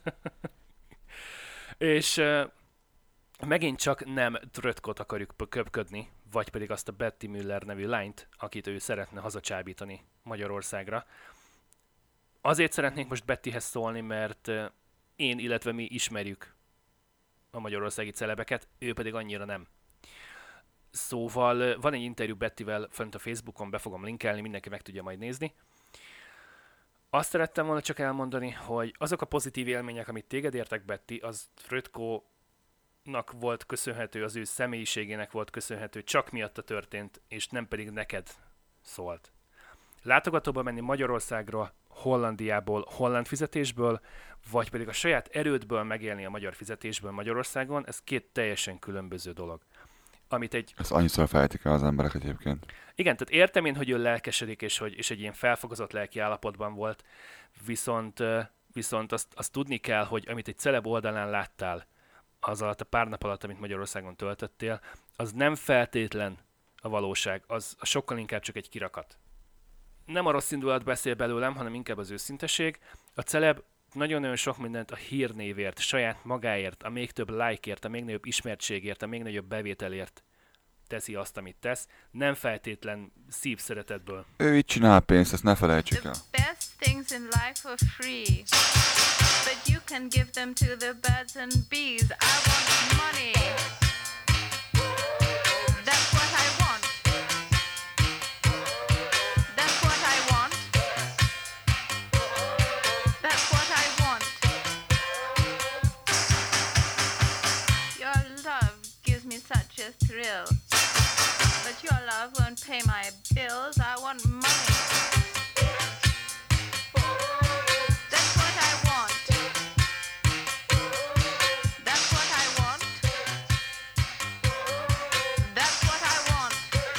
És megint csak nem Trötkot akarjuk köpködni, vagy pedig azt a Betty Müller nevű lányt, akit ő szeretne hazacsábítani Magyarországra. Azért szeretnék most Bettyhez szólni, mert én, illetve mi ismerjük a magyarországi celebeket, ő pedig annyira nem. Szóval van egy interjú Bettyvel fönt a Facebookon, be fogom linkelni, mindenki meg tudja majd nézni. Azt szerettem volna csak elmondani, hogy azok a pozitív élmények, amit téged értek, Betty, az Trötkónak volt köszönhető, az ő személyiségének volt köszönhető, csak miatta történt, és nem pedig neked szólt. Látogatóba menni Magyarországra, Hollandiából, holland fizetésből, vagy pedig a saját erődből megélni a magyar fizetésből Magyarországon, ez 2 teljesen különböző dolog. Amit egy... Ezt annyiszor fejtik el az emberek egyébként. Igen, tehát értem én, hogy ő lelkesedik, és egy ilyen felfogozott lelki állapotban volt, viszont azt tudni kell, hogy amit egy celeb oldalán láttál, az alatt a pár nap alatt, amit Magyarországon töltöttél, az nem feltétlen a valóság, az sokkal inkább csak egy kirakat. Nem a rossz indulat beszél belőlem, hanem inkább az őszinteség. A celeb nagyon-nagyon sok mindent a hírnévért, saját magáért, a még több like-ért, a még nagyobb ismertségért, a még nagyobb bevételért teszi azt, amit tesz, nem feltétlen szív szeretetből. Ő így csinál pénzt, ezt ne felejtsük el. The best things in life are free, but you can give them to the birds and bees. I want money. That's what I want. That's what I want. That's what I want. Your love gives me such a thrill, but your love won't pay my bills. I want money. That's what I want. That's what I want. That's what I want.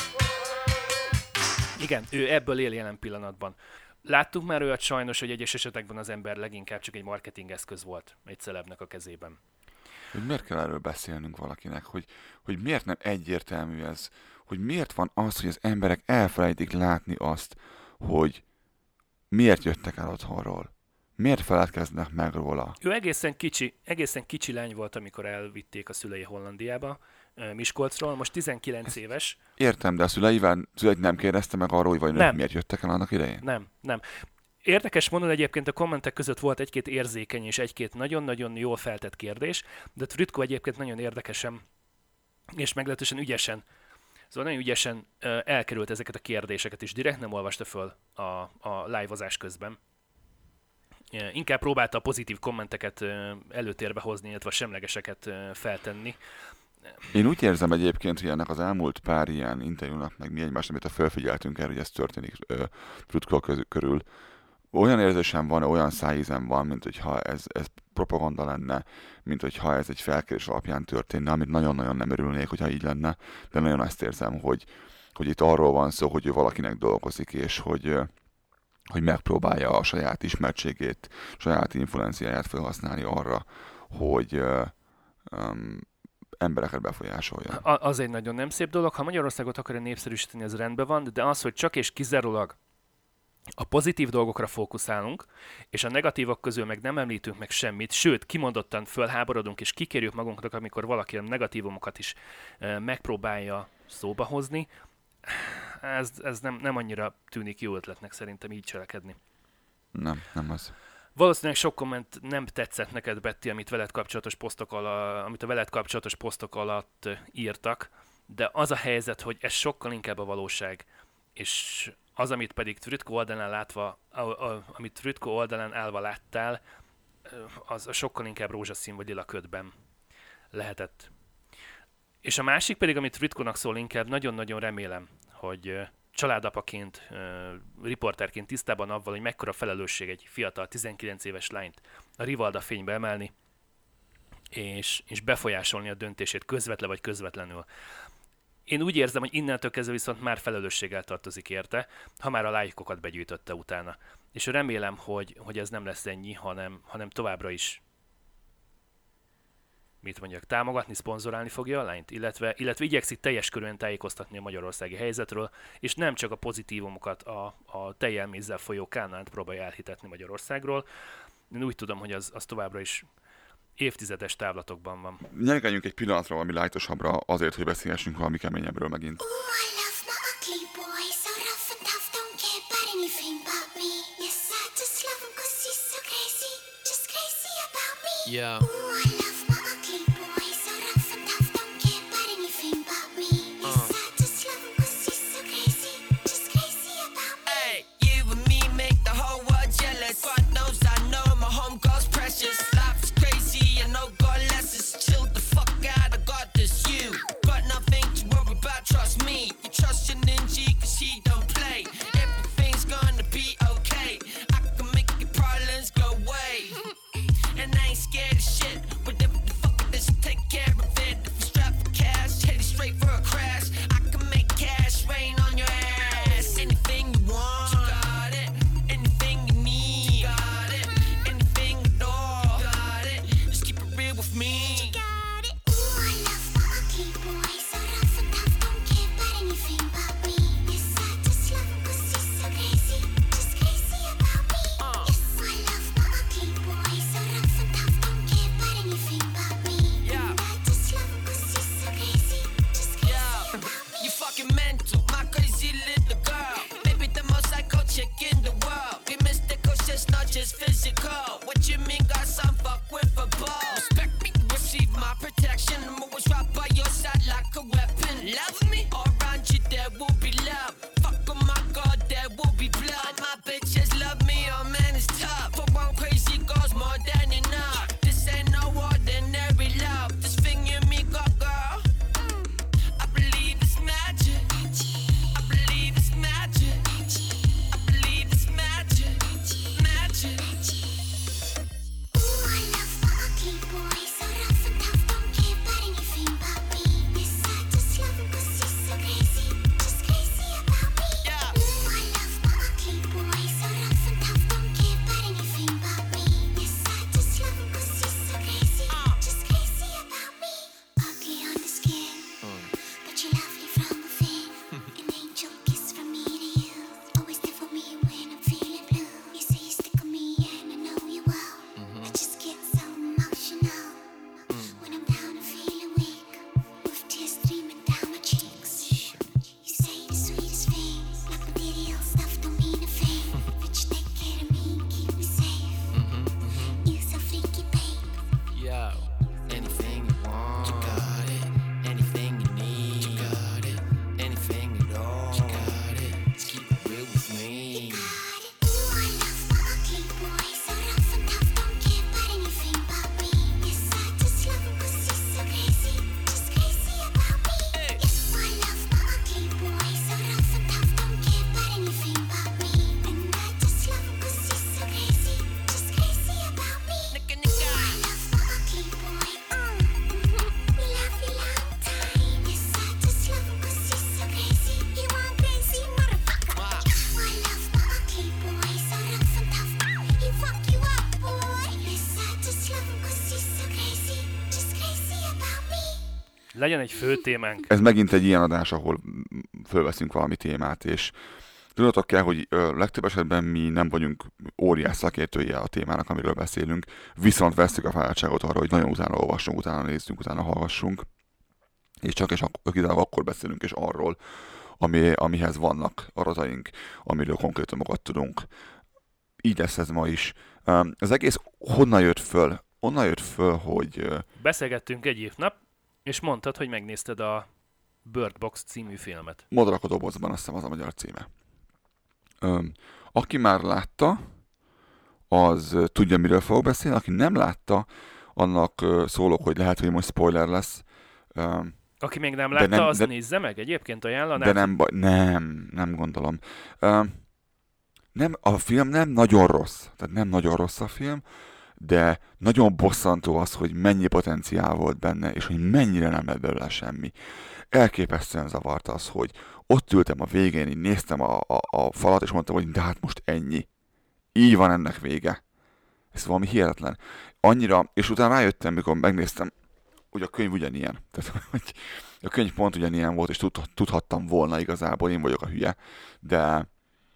Igen, ő ebből él jelen pillanatban. Láttuk már olyat sajnos, hogy egyes esetekben az ember leginkább csak egy marketingeszköz volt egy celebnek a kezében. Hogy miért kell erről beszélnünk valakinek, hogy miért nem egyértelmű ez, hogy miért van az, hogy az emberek elfelejtik látni azt, hogy miért jöttek el otthonról, miért feledkeznek meg róla. Ő egészen kicsi lány volt, amikor elvitték a szülei Hollandiába, Miskolcról, most 19 éves. Értem, de a szüleit nem kérdezte meg arról, hogy vagy Nem. miért jöttek el annak idején? Nem. Érdekes módon egyébként a kommentek között volt egy-két érzékeny és egy-két nagyon-nagyon jól feltett kérdés, de Trütko egyébként nagyon érdekesen és meglehetősen ügyesen, szóval nagyon ügyesen elkerült ezeket a kérdéseket, és direkt nem olvasta föl a live-ozás közben. Inkább próbálta a pozitív kommenteket előtérbe hozni, illetve a semlegeseket feltenni. Én úgy érzem egyébként, hogy ennek az elmúlt pár ilyen interjúnak, meg mi egymást, amit felfigyeltünk erre, hogy ez történik Trütko körül, olyan érzésem van, olyan szájízem van, mint hogyha ez propaganda lenne, mint hogyha ez egy felkérés alapján történne, amit nagyon-nagyon nem örülnék, hogyha így lenne, de nagyon azt érzem, hogy itt arról van szó, hogy ő valakinek dolgozik, és hogy megpróbálja a saját ismertségét, saját influenciáját felhasználni arra, hogy embereket befolyásolja. Az egy nagyon nem szép dolog. Ha Magyarországot akarja népszerűsíteni, ez rendben van, de az, hogy csak és kizárólag a pozitív dolgokra fókuszálunk, és a negatívok közül meg nem említünk meg semmit, sőt, kimondottan fölháborodunk, és kikérjük magunknak, amikor valaki a negatívumokat is megpróbálja szóba hozni, ez nem annyira tűnik jó ötletnek szerintem így cselekedni. Nem az. Valószínűleg sok komment nem tetszett neked, Betty, amit a veled kapcsolatos posztok alatt írtak, de az a helyzet, hogy ez sokkal inkább a valóság, és az, amit pedig Trütko oldalán látva, amit Trütko oldalán állva láttál, az sokkal inkább rózsaszín vagy lila ködben lehetett. És a másik pedig, amit Trütkónak szól inkább, nagyon-nagyon remélem, hogy családapaként, riporterként tisztában avval, hogy mekkora felelősség egy fiatal 19 éves lányt a Rivalda fénybe emelni, és befolyásolni a döntését közvetlen vagy közvetlenül. Én úgy érzem, hogy innentől kezdve viszont már felelősséggel tartozik érte, ha már a lájkokat begyűjtötte utána. És remélem, hogy ez nem lesz ennyi, hanem továbbra is támogatni, szponzorálni fogja a lányt, illetve igyekszik teljes körűen tájékoztatni a magyarországi helyzetről, és nem csak a pozitívumokat, a tejjelmézzel folyó kánánt próbálja elhitetni Magyarországról. Én úgy tudom, hogy az továbbra is évtizedes távlatokban van. Nyergeljünk egy pillanatra valami lájtosabbra azért, hogy beszélhessünk valami keményebbről megint. Ooh, I love my ugly boy, so rough and tough, don't care about anything but me. Yes, I just love him 'cause he's so crazy, just crazy about me. Yeah. Ooh, I love my ugly boy, so rough and tough, don't care about anything but me. Yes, I just love him 'cause he's so crazy, just crazy about me. Hey, you and me make the whole world jealous. God knows I know my home girl's precious. Life's crazy and no God lessons. Chill the fuck out, I got this. You got nothing to worry about, trust me. You trust your ninja 'cause he don't play. Everything's gonna be okay. I can make your problems go away. And I ain't scared of shit. Whatever the fuck it is, take care of it. If you strap for cash, headed straight for a crash. I can make cash rain on your ass. Anything you want, you got it. Anything you need, you got it. Anything at all, you got it. Just keep it real with me. Got it. Ooh, I love my ugly boy, so rough and tough, don't care about anything but me. Yes, I just love him 'cause he's so crazy, just crazy about me. Yes, I love my ugly boy, so rough and tough, don't care about anything but me. Yeah. And I just love him 'cause he's so crazy, just crazy about me. You fucking mental, my crazy little girl. Maybe the most psycho chick in the world. Be mystical, just not just physical. What you mean, got some fuck with a ball? Respect me, receive my protection. I'm always right by your side like a weapon. Love me, all around you there will be love. Fuck, oh my God, there will be blood. My bitches love me, oh man, it's tough. For one crazy girl's more than enough. This ain't no ordinary love. This thing you and me got, girl. I believe it's magic. I believe it's magic. I believe it's magic. Magic. Ooh, I love my ugly boy, so rough and tough, don't care about anything but me. Yes, I just love him 'cause he's so crazy, just crazy about me. Yeah. Ooh, I love my ugly boy, so rough and tough, don't care about anything but me. Yes, I just love him 'cause he's so crazy, just crazy about me. Ugly on the skin, but you're lovely from within. An angel kiss from me to you, always there for me when I'm feeling blue. You say you stick with me and I know you will. I just get so emotional when I'm down and feeling weak, with tears streaming down my cheeks. You say the sweetest things, like material stuff don't mean a thing. But you take care of me and keep me safe. You so freaky, babe. Yo, anything you want, you got it. Anything you need, you got it. Anything at all, you got it. Just keep it real with me. Got it. Ooh, I love my ugly boy, so rough and tough, don't care about anything but me. Yes, I just love him 'cause he's so crazy, just crazy about me. Yes, I love my ugly boy, so rough and tough, don't care about anything but me. And I just love him 'cause he's so crazy, just crazy about me. Nigga, nigga. I love my ugly boy. We love you long time. Yes, I just love him 'cause he's so crazy. You want crazy motherfucker? I love my ugly boy, so rough and tough. He fuck you up, boy. Yes, I just love him 'cause he's so crazy, just crazy about me. Legyen egy fő témánk. Ez megint egy ilyen adás, ahol fölveszünk valami témát, és tudatok kell, hogy legtöbb esetben mi nem vagyunk óriás szakértője a témának, amiről beszélünk, viszont vesztük a fáradtságot arra, hogy nagyon utána olvassunk, utána nézzünk, utána hallgassunk, és csak és akkor beszélünk és arról, amihez vannak adataink, amiről konkrétumokat tudunk. Így lesz ez ma is. Az egész honnan jött föl? Onnan jött föl, hogy Beszélgettünk egy nap, és mondtad, hogy megnézted a Bird Box című filmet. Madarak a dobozban, azt hiszem az a magyar címe. Aki már látta, az tudja, miről fogok beszélni. Aki nem látta, annak szólok, hogy lehet, hogy most spoiler lesz. Aki még nem De látta, nem- az de- nézze meg. Egyébként ajánlanád? De nem baj, nem gondolom. Nem, a film nem nagyon rossz, tehát nem nagyon rossz a film, de nagyon bosszantó az, hogy mennyi potenciál volt benne, és hogy mennyire nem lett belőle semmi. Elképesztően zavart az, hogy ott ültem a végén, így néztem a falat, és mondtam, hogy de hát most ennyi. Így van ennek vége. Ez valami hihetetlen. Annyira, és utána rájöttem, mikor megnéztem, hogy a könyv ugyanilyen. Tehát, hogy a könyv pont ugyanilyen volt, és tudhattam volna igazából, én vagyok a hülye, de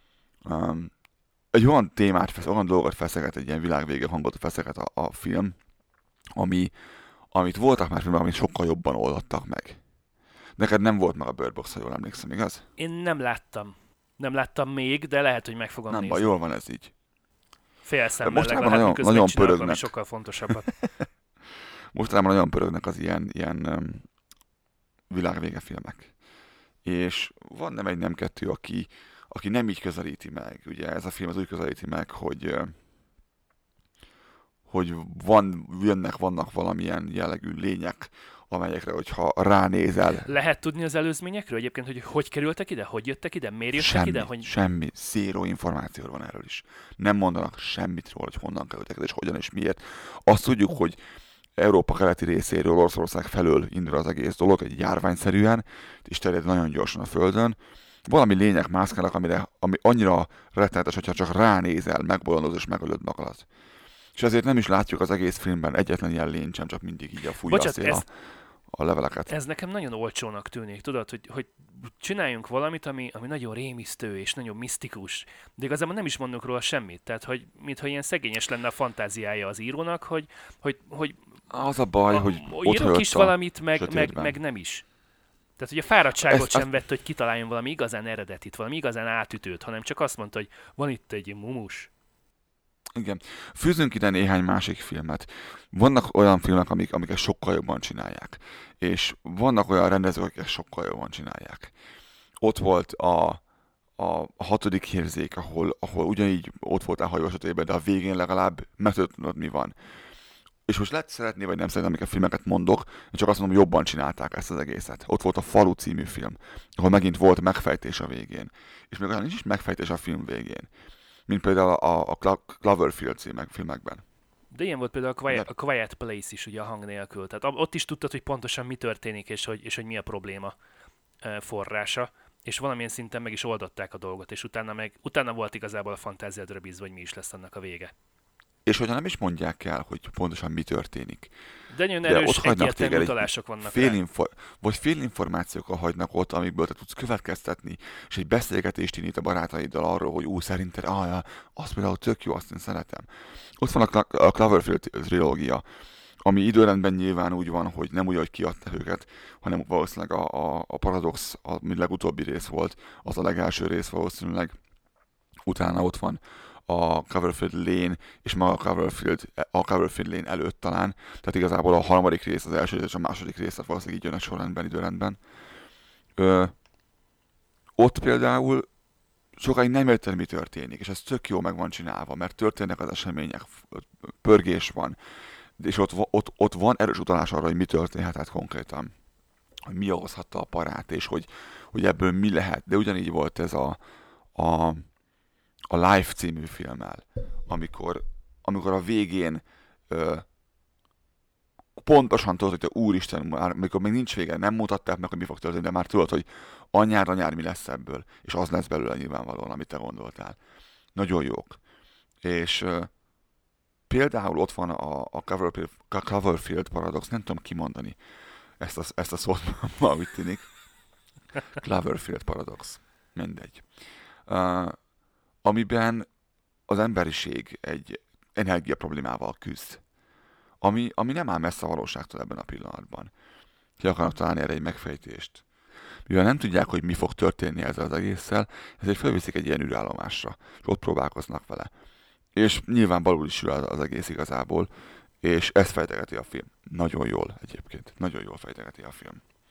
egy olyan témát, olyan dolgot feszeget, egy ilyen világvége hangot feszeget a film, amit voltak már filmek, amit sokkal jobban oldottak meg. Neked nem volt meg a Bird Box, ha jól emlékszem, igaz? Én nem láttam. Nem láttam még, de lehet, hogy meg fogom Nem nézni. baj, jól van ez így. Félszemmel Mostanában legalább, nagyon- miközben nagyon csinálok pörögnek. valami sokkal fontosabbat. Mostanában nagyon pörögnek az ilyen világvége filmek. És van nem egy, nem kettő, aki nem így közelíti meg. Ugye ez a film az úgy közelíti meg, hogy vannak valamilyen jellegű lények, amelyekre, hogyha ránézel, Lehet tudni az előzményekről egyébként, hogy kerültek ide, hogy jöttek ide, miért jöttek ide? semmi, zéró információ van erről is. Nem mondanak semmit róla, hogy honnan kerültek ide, és hogyan és miért. Azt tudjuk, hogy Európa keleti részéről, Oroszország felől indul az egész dolog, egy járványszerűen, és terjed nagyon gyorsan a Földön. Valami lények mászkálnak, ami annyira rettenetes, hogyha csak ránézel, megbolondozol és megölöd magadat. És ezért nem is látjuk az egész filmben egyetlen ilyen lényt sem, csak mindig így fújja a Bocsánat, szél a leveleket. Ez nekem nagyon olcsónak tűnik, tudod, hogy csináljunk valamit, ami nagyon rémisztő és nagyon misztikus, de igazából nem is mondunk róla semmit, tehát hogy mintha ilyen szegényes lenne a fantáziája az írónak, hogy Az a baj, hogy ott írok is hagyott a valamit, meg sötétben. nem is. Tehát, hogy a fáradtságot Ezt- sem vett, hogy kitaláljon valami igazán eredetit, valami igazán átütőt, hanem csak azt mondta, hogy van itt egy mumus. Igen. Fűzünk ide néhány másik filmet. Vannak olyan filmek, amiket sokkal jobban csinálják. És vannak olyan rendezők, akik sokkal jobban csinálják. Ott volt a 6. érzék, ahol ugyanígy ott voltál hajó sötétben, de a végén legalább meg tudod tudnod, mi van. És most lehet szeretni, vagy nem szeretni, amiket filmeket mondok, én csak azt mondom, hogy jobban csinálták ezt az egészet. Ott volt a Falu című film, ahol megint volt megfejtés a végén. És még olyan nincs is megfejtés a film végén, mint például a Cloverfield filmekben. De ilyen volt például a Quiet Place is, ugye a hang nélkül. Tehát ott is tudtad, hogy pontosan mi történik, és hogy mi a probléma forrása. És valamilyen szinten meg is oldották a dolgot, és utána volt igazából a fantáziádra bízva, hogy mi is lesz annak a vége. És hogyha nem is mondják el, hogy pontosan mi történik, De nagyon de erős, ott hagynak egyértelmű téged utalások vannak vagy félinformációkkal hagynak ott, amikből te tudsz következtetni, és egy beszélgetést indít a barátaiddal arról, hogy szerinted, az például tök jó, azt én szeretem. Ott van a Cloverfield trilógia, ami időrendben nyilván úgy van, hogy nem úgy, hogy kiadták őket, hanem valószínűleg a Paradox, ami legutóbbi rész volt, az a legelső rész valószínűleg. Utána ott van a Cloverfield Lane, és maga a Cloverfield Lane előtt talán. Tehát igazából a 3. rész, az első rész és a 2. rész, tehát valószínűleg így jönnek sorrendben, időrendben. Ott például sokáig nem érted, mi történik, és ez tök jó meg van csinálva, mert történnek az események, pörgés van, és ott van erős utalás arra, hogy mi történhetett konkrétan, hogy mi okozhatta a parát, és hogy ebből mi lehet. De ugyanígy volt ez a Life című filmmel, amikor a végén pontosan tudod, hogy te úristen, amikor még nincs vége, nem mutatták meg, hogy mi fog történni, de már tudod, hogy anyár mi lesz ebből, és az lesz belőle nyilvánvalóan, amit te gondoltál. Nagyon jók. És például ott van a Cloverfield Paradox, nem tudom kimondani ezt a szót, ma úgy tűnik. Cloverfield Paradox. Mindegy. Amiben az emberiség egy energia problémával küzd. Ami nem áll messze a valóságtól ebben a pillanatban. Ki akarnak találni erre egy megfejtést. Mivel nem tudják, hogy mi fog történni ezzel az egésszel, ezért felviszik egy ilyen űrállomásra, és ott próbálkoznak vele. És nyilván balul is ül az egész igazából, és ezt fejtegeti a film. Nagyon jól egyébként. Nagyon jól fejtegeti a film.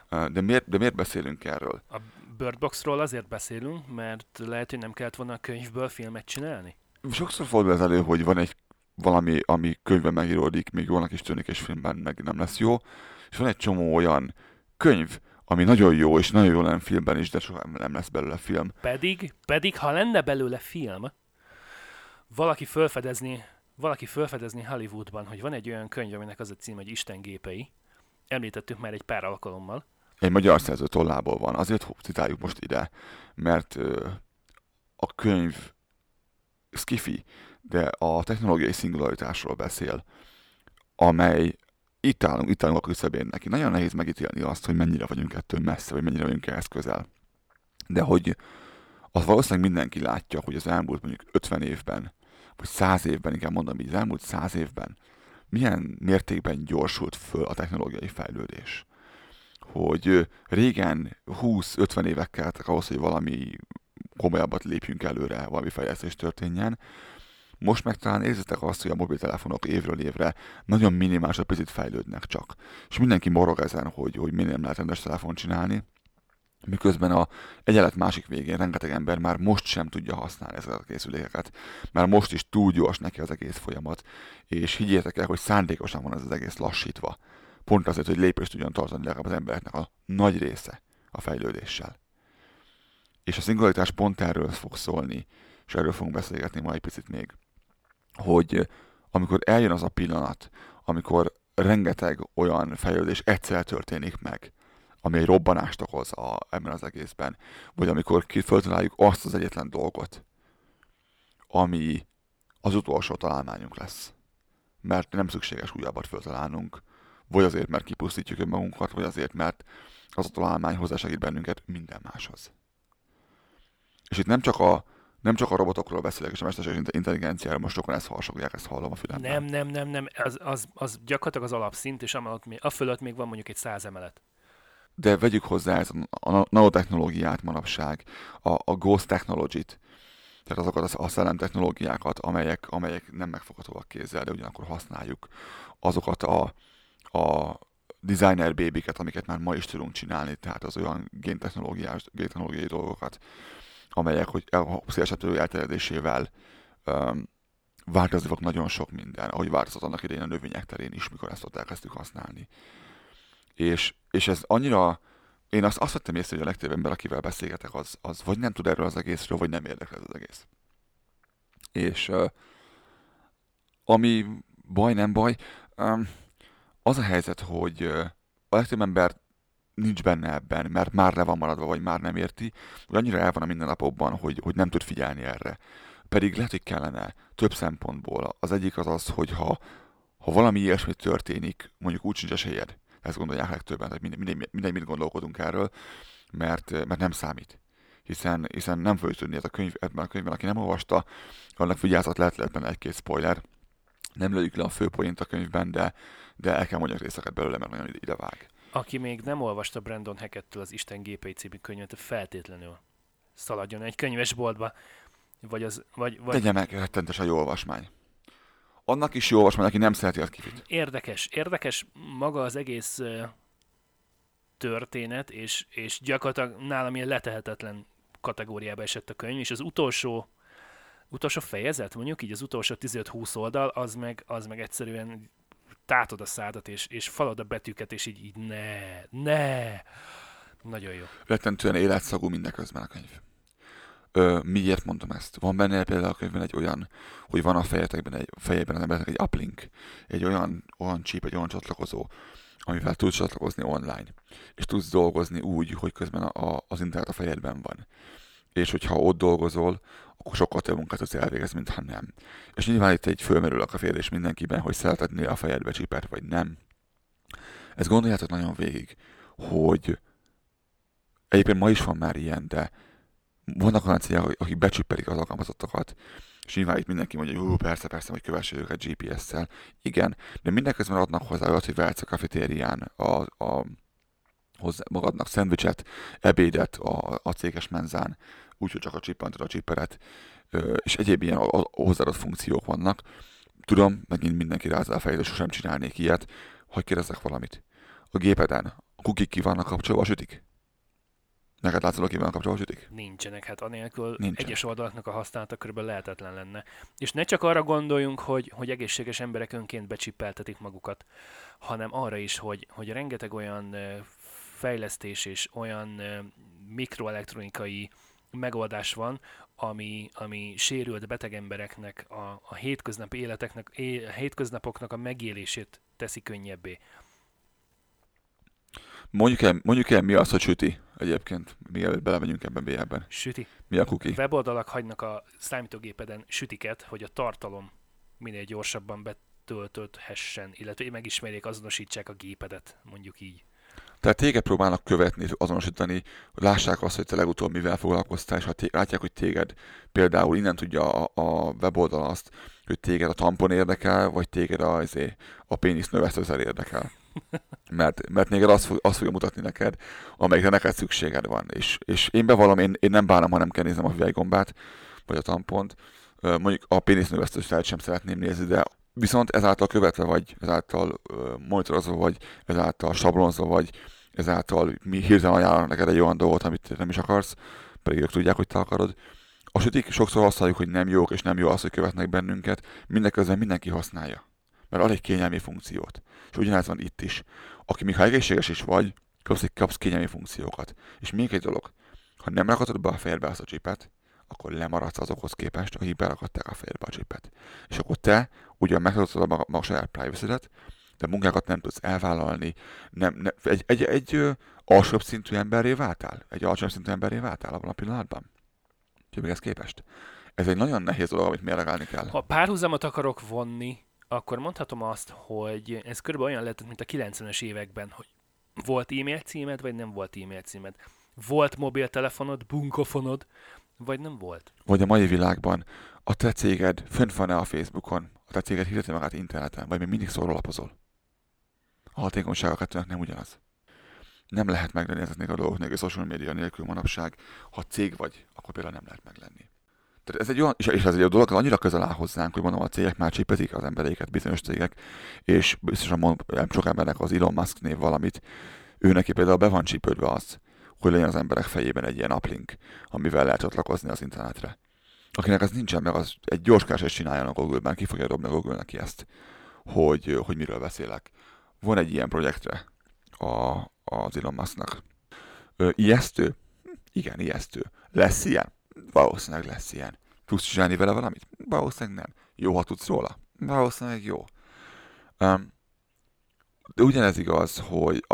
De miért beszélünk erről? A Bird Boxról azért beszélünk, mert lehet, hogy nem kellett volna a könyvből filmet csinálni. Sokszor fordul ez elő, hogy van egy valami, ami könyvben megíródik, még jónak is tűnik, és filmben meg nem lesz jó. És van egy csomó olyan könyv, ami nagyon jó, és nagyon jó lenne filmben is, de soha nem lesz belőle film. Pedig ha lenne belőle film, valaki felfedezni Hollywoodban, hogy van egy olyan könyv, aminek az a cím, hogy Isten gépei. Említettük már egy pár alkalommal. Egy magyar szerző tollából van, azért citáljuk most ide, mert a könyv skifi, de a technológiai szingularitásról beszél, amely itt állunk a küszöbén neki. Nagyon nehéz megítélni azt, hogy mennyire vagyunk ettől messze, vagy mennyire vagyunk ehhez közel. De hogy az valószínűleg mindenki látja, hogy az elmúlt mondjuk 50 évben, vagy 100 évben, inkább mondom így, az elmúlt 100 évben milyen mértékben gyorsult föl a technológiai fejlődés. Hogy régen 20-50 évek kelltek ahhoz, hogy valami komolyabbat lépjünk előre, valami fejlesztés történjen. Most meg talán érzitek azt, hogy a mobiltelefonok évről évre nagyon minimálisabb picit fejlődnek csak. És mindenki morog ezen, hogy miért nem lehet rendes telefon csinálni. Miközben a egyenlet másik végén rengeteg ember már most sem tudja használni ezeket a készülékeket. Már most is túl gyors neki az egész folyamat. És higgyétek el, hogy szándékosan van ez az egész lassítva. Pont azért, hogy lépést tudjon tartani legalább az embereknek a nagy része a fejlődéssel. És a szingularitás pont erről fog szólni, és erről fogunk beszélgetni majd egy picit még, hogy amikor eljön az a pillanat, amikor rengeteg olyan fejlődés egyszer történik meg, ami egy robbanást okoz ebben az egészben, vagy amikor föltaláljuk azt az egyetlen dolgot, ami az utolsó találmányunk lesz. Mert nem szükséges újabbat föltalálnunk, vagy azért, mert kipusztítjuk önmagunkat, vagy azért, mert az a találmány hozzásegít bennünket minden máshoz. És itt nem csak a robotokról beszélek, és a mesterséges intelligenciáról, most sokan ezt harsogják, ezt hallom a fülemben. Nem. Az gyakorlatilag az alapszint, és a fölött még van mondjuk egy 100 emelet. De vegyük hozzá ezt a nanotechnológiát manapság, a ghost technology-t, tehát azokat a szellem technológiákat, amelyek nem megfoghatóak kézzel, de ugyanakkor használjuk. Azokat a designer babyket, amiket már ma is tudunk csinálni, tehát az olyan géntechnológiai dolgokat, amelyek, hogy a szélesebb törő elterjedésével változni fog nagyon sok minden, ahogy változott annak idején a növények terén is, mikor ezt ott elkezdtük használni. És ez annyira, én azt vettem észre, hogy a legtöbb ember, akivel beszélgetek, az vagy nem tud erről az egészről, vagy nem érdekel ez az egész. És ami baj, nem baj, az a helyzet, hogy a legtöbb ember nincs benne ebben, mert már le van maradva, vagy már nem érti, vagy annyira el van a mindennapokban, hogy nem tud figyelni erre. Pedig lehet, hogy kellene több szempontból. Az egyik az, hogy ha valami ilyesmi történik, mondjuk úgy sincs esélyed, ezt gondolják legtöbben, tehát mindegy mit gondolkodunk erről, mert nem számít. Hiszen nem fogjuk tudni ebben a könyvben, aki nem olvasta, annak vigyázat lehet benne egy-két spoiler. Nem lőjük le a főpoint a könyvben, de el kell mondjak részeket belőle, mert nagyon idevág. Aki még nem olvasta Brandon Hackettől az Isten gépei című könyvet, feltétlenül szaladjon egy könyvesboltba, vagy... Tegye meg, rettentesen jó olvasmány. Annak is jó olvasmány, aki nem szereti az kifit. Érdekes maga az egész történet, és gyakorlatilag nálam ilyen letehetetlen kategóriába esett a könyv, és az utolsó fejezet, mondjuk így az utolsó 15-20 oldal, az meg egyszerűen tátod a szádat, és falad a betűket, és így ne. Nagyon jó. Rettentően életszagú mindeközben a könyv. Miért mondom ezt? Van benne például a könyvben egy olyan, hogy van a fejében az embernek egy uplink, egy olyan chip, egy olyan csatlakozó, amivel tudsz csatlakozni online. És tudsz dolgozni úgy, hogy közben az internet a fejedben van. És hogyha ott dolgozol, akkor sokkal több munkát tudsz elvégezni, mintha nem. És nyilván itt egy fölmerül a kérdés mindenkiben, hogy szeretnél a fejedbe csipet, vagy nem. Ezt gondoljátok nagyon végig, hogy egyébként ma is van már ilyen, de vannak olyan cégek, akik becsippelik az alkalmazottakat, és nyilván itt mindenki mondja, hogy persze, hogy kövesse őket GPS-szel. Igen, de mindenközben adnak hozzá olyat, hogy vehetsz a kafetérián magadnak szendvicset, ebédet a céges menzán, úgyhogy csak a csippantod a csipperet, és egyéb ilyen hozzáadott funkciók vannak. Tudom, megint mindenki rázza a fejét, és sosem csinálnék ilyet, hogy kérdezzek valamit. A gépeden, a kukik ki vannak kapcsolva a sütik? Neked látszólag ki vannak kapcsolva a sütik? Nincsenek, hát anélkül Nincsen. egyes oldalaknak a használata körülbelül lehetetlen lenne. És ne csak arra gondoljunk, hogy egészséges emberek önként becsippeltetik magukat, hanem arra is, hogy rengeteg olyan fejlesztés és olyan mikroelektronikai megoldás van, ami sérült beteg embereknek a hétköznapoknak a megélését teszi könnyebbé. Mondjuk el, mi az, hogy süti egyébként, mielőtt belemegyünk ebben mélyebben. Süti. Mi a kuki? Weboldalak hagynak a számítógépeden sütiket, hogy a tartalom minél gyorsabban betöltödhessen, illetve megismerjék, azonosítsák a gépedet, mondjuk így. Tehát téged próbálnak követni, azonosítani, hogy lássák azt, hogy te legutóbb mivel foglalkoztál, és ha látják, hogy téged például innen tudja a weboldal azt, hogy téged a tampon érdekel, vagy téged a pénisz növesztőszer érdekel. Mert téged azt fogja mutatni neked, amelyikre neked szükséged van. És én bevallom, én nem bánom, ha nem kell néznem a hüvelygombát, vagy a tampont. Mondjuk a pénisz növesztőszert sem szeretném nézni, de viszont ezáltal követve vagy, ezáltal monitorozva vagy, ezáltal sablonzva vagy, ezáltal mi hirtelen ajánlanak neked egy olyan dolgot, amit nem is akarsz, pedig ők tudják, hogy te akarod. A sütik sokszor használjuk, hogy nem jók, és nem jó az, hogy követnek bennünket, mindeközben mindenki használja. Mert ad egy kényelmi funkciót. És ugyanez van itt is. Aki még ha egészséges is vagy, kapsz kényelmi funkciókat. És még egy dolog, ha nem rakatod be a fejedbe azt a csipet, akkor lemaradsz azokhoz képest, akik berakadták a fejedbe a csipet. És akkor te ugyan megtartod a maga saját privacy-et, de munkákat nem tudsz elvállalni. Egy alsóbb szintű emberré váltál? Egy alacsonyabb szintű emberré váltál abban a pillanatban? Többéhez képest. Ez egy nagyon nehéz dolog, amit mérlegelni kell. Ha párhuzamot akarok vonni, akkor mondhatom azt, hogy ez körülbelül olyan lehetett, mint a 90-es években, hogy volt e-mail címed, vagy nem volt e-mail címed. Volt mobiltelefonod, bunkofonod, vagy nem volt. Vagy a mai világban a te céged fönt van-e a Facebookon, a te céged hirdeti magát interneten, vagy még mindig szórólapozol. A hatékonyság a kettőnek nem ugyanaz. Nem lehet meglenni ezeknek a dolgoknak a social media nélkül manapság. Ha cég vagy, akkor például nem lehet meglenni. Tehát ez egy olyan, és ez egy dolog, annyira közel áll hozzánk, hogy mondom, a cégek már csipezik az embereiket, bizonyos cégek, és biztosan mondom, sok embernek az Elon Musk név valamit, ő neki például be van csípődve az, hogy legyen az emberek fejében egy ilyen uplink, amivel lehet csatlakozni az internetre. Akinek ez nincsen meg, az egy gyors keresést csináljon a Google-ben, ki fogja dobni a Google neki ezt, hogy miről beszélek. Van egy ilyen projektre az Elon Musknak. Ijesztő? Igen, ijesztő. Lesz ilyen? Valószínűleg lesz ilyen. Tudsz csinálni vele valamit? Valószínűleg nem. Jó, ha tudsz róla? Valószínűleg jó. De ugyanez igaz, hogy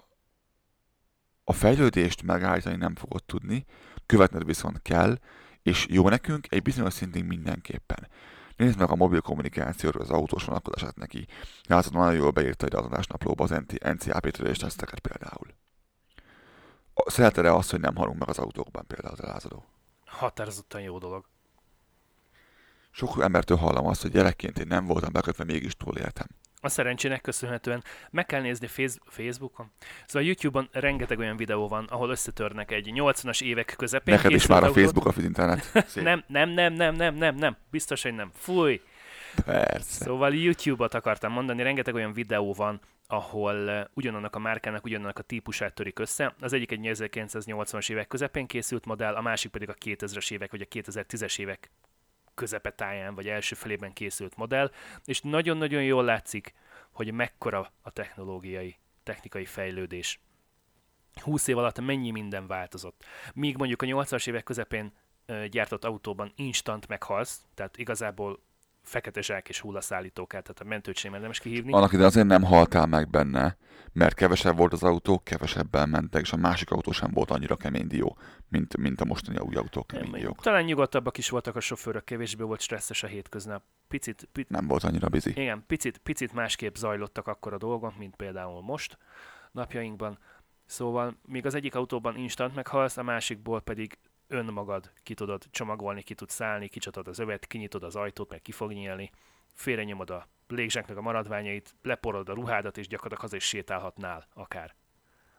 a fejlődést megállítani nem fogod tudni, követned viszont kell, és jó nekünk egy bizonyos szintig mindenképpen. Nézd meg a mobil kommunikációról az autós vonatkozását neki. Látszod, nagyon jól beírta ide az adásnaplóba az NCAP törés teszteket például. Szereted-e azt, hogy nem halunk meg az autókban például az elázadó? Határozottan jó dolog. Sok embertől hallom azt, hogy gyerekként én nem voltam bekötve, mégis túléltem. A szerencsének köszönhetően meg kell nézni Facebookon. Szóval YouTube-on rengeteg olyan videó van, ahol összetörnek egy 80-as évek közepén. Neked is készült már a autót. Facebook az internet. Szép. Nem. Biztos, hogy nem. Fúj! Persze. Szóval YouTube-ot akartam mondani, rengeteg olyan videó van, ahol ugyanannak a márkának ugyanannak a típusát törik össze. Az egyik egy 1980-as évek közepén készült modell, a másik pedig a 2000-es évek vagy a 2010-es évek közepetáján vagy első felében készült modell, és nagyon-nagyon jól látszik, hogy mekkora a technikai fejlődés. 20 év alatt mennyi minden változott. Míg mondjuk a 80-as évek közepén gyártott autóban instant meghalsz, tehát igazából fekete zsák és hullaszállítók át, tehát a mentőt sem érdemes kihívni. Annak ide azért nem haltál meg benne, mert kevesebb volt az autó, kevesebben mentek, és a másik autó sem volt annyira kemény dió, mint a mostani új autók kemény diók. Talán nyugodtabbak is voltak a sofőrök, kevésbé volt stresszes a hétköznap. Nem volt annyira busy. Igen, picit másképp zajlottak akkor a dolgok, mint például most napjainkban. Szóval még az egyik autóban instant meghalsz, a másikból pedig önmagad ki tudod csomagolni, ki tudsz szállni, kicsatod az övet, kinyitod az ajtót, meg ki fog nyílni, félrenyomod a légzsáknak a maradványait, leporod a ruhádat, és gyakorlatilag haza is sétálhatnál akár.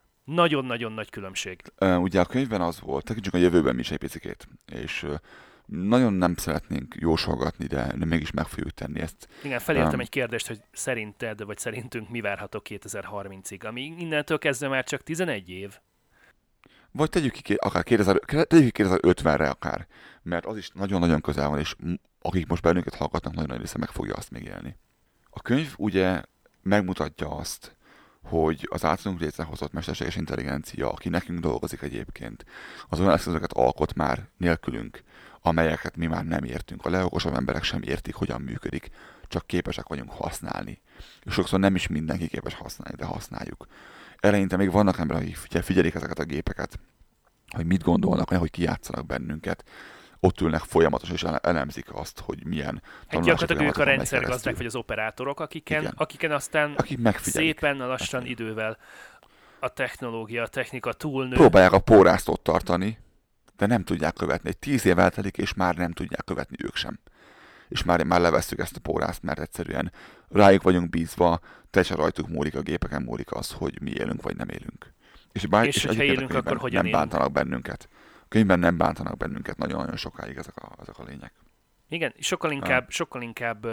Nagyon-nagyon nagy különbség. Ugye a könyvben az volt, tekintsünk a jövőben mi is egy picikét, és Nagyon nem szeretnénk jósolgatni, de mégis meg fogjuk tenni ezt. Igen, felírtam Um, egy kérdést, hogy szerinted, vagy szerintünk mi várható 2030-ig, ami innentől kezdve már csak 11 év. Vagy tegyük ki akár 2050-re akár, mert az is nagyon-nagyon közel van, és akik most bennünket hallgatnak, nagyon nagy része meg fogja azt még élni. A könyv ugye megmutatja azt, hogy az általunk létrehozott mesterséges intelligencia, aki nekünk dolgozik egyébként, az olyan eszközöket alkot már nélkülünk, amelyeket mi már nem értünk. A legokosabb emberek sem értik, hogyan működik, csak képesek vagyunk használni. És sokszor nem is mindenki képes használni, de használjuk. Eleinte még vannak emberek, akik figyelik ezeket a gépeket, hogy mit gondolnak, hogy kijátszanak bennünket. Ott ülnek folyamatosan, és elemzik azt, hogy milyen Hát gyakorlatilag ők a rendszergazdák, vagy az operátorok, akiken aztán akik megfigyelik. szépen lassan idővel a technológia, a technika túlnő. Próbálják a pórászt ott tartani, de nem tudják követni. Egy 10 év eltelik, és már nem tudják követni ők sem. És már levesszük ezt a pórászt, mert egyszerűen rájuk vagyunk bízva, teljesen rajtuk múlik, a gépeken múlik az, hogy mi élünk, vagy nem élünk. És hogyha egyébként élünk, a akkor hogyan nem bántanak bennünket. A könyvben nem bántanak bennünket nagyon-nagyon sokáig ezek a lények. Igen, sokkal inkább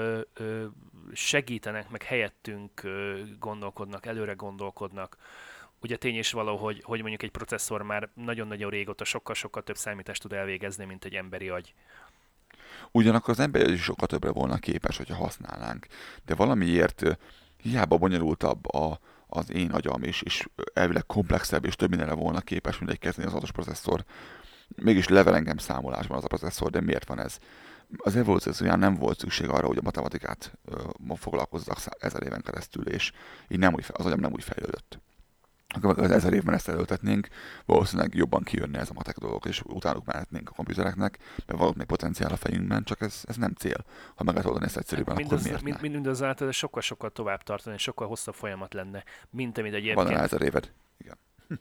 segítenek, meg helyettünk gondolkodnak, előre gondolkodnak. Ugye tény is való, hogy mondjuk egy processzor már nagyon-nagyon régóta sokkal-sokkal több számítást tud elvégezni, mint egy emberi agy. Ugyanakkor az ember is sokkal többre volna képes, hogyha használnánk. De valamiért hiába bonyolultabb az én agyam, és elvileg komplexebb, és több mindenre volna képes, mint egy kezdeni az autós processzor. Mégis level engem számolásban az a processzor, de miért van ez? Az evolúcióján nem volt szükség arra, hogy a matematikát foglalkozzak 1000 éven keresztül, és így az agyam nem úgy fejlődött. Akkor az 1000 évben ezt előtetnénk, valószínűleg jobban kijönne ez a matek dolog, és utánuk mehetnénk a komputereknek, mert van még potenciál a fejünkben, csak ez nem cél. Ha meg lehet oldani ezt egyszerűen, akkor miért ne? Mindazáltal ez sokkal-sokkal tovább tartani, és sokkal hosszabb folyamat lenne, mint amit egyébként. Van 1000 éved. Igen.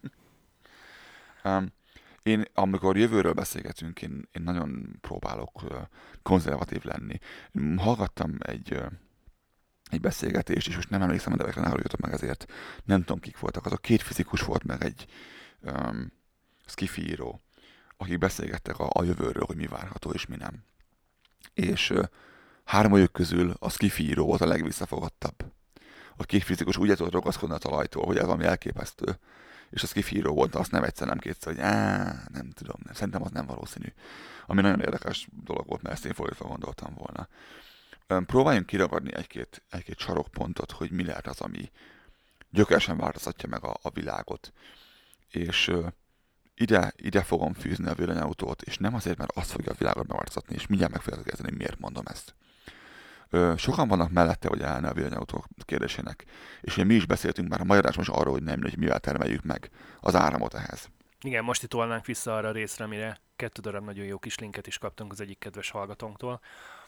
Én, amikor jövőről beszélgetünk, én nagyon próbálok konzervatív lenni. Hallgattam egy beszélgetést, és most nem emlékszem, de nem jöttem meg ezért. Nem tudom, kik voltak. Azok 2 fizikus volt, meg egy sci-fi író, akik beszélgettek a jövőről, hogy mi várható és mi nem. És 3 közül a sci-fi író volt a legvisszafogottabb. A 2 fizikus úgy tudott ragaszkodni a talajtól, hogy ez valami elképesztő. És a sci-fi író volt, azt nem egyszer, nem kétszer, hogy nem tudom, szerintem az nem valószínű. Ami nagyon érdekes dolog volt, mert ezt én fordítva gondoltam volna. Próbáljunk kiragadni egy-két sarokpontot, hogy mi lehet az, ami gyökeresen változtatja meg a világot. És ide fogom fűzni a villanyautót, és nem azért, mert azt fogja a világot megváltoztatni, és mindjárt meg fogja kezdeni, miért mondom ezt. Sokan vannak mellette, hogy állna a villanyautók kérdésének, és mi is beszéltünk már a magyarásban is arról, hogy nem, hogy mivel termeljük meg az áramot ehhez. Igen, most itt tolnánk vissza arra a részre, amire 2 darab nagyon jó kis linket is kaptunk az egyik kedves hallgatónktól.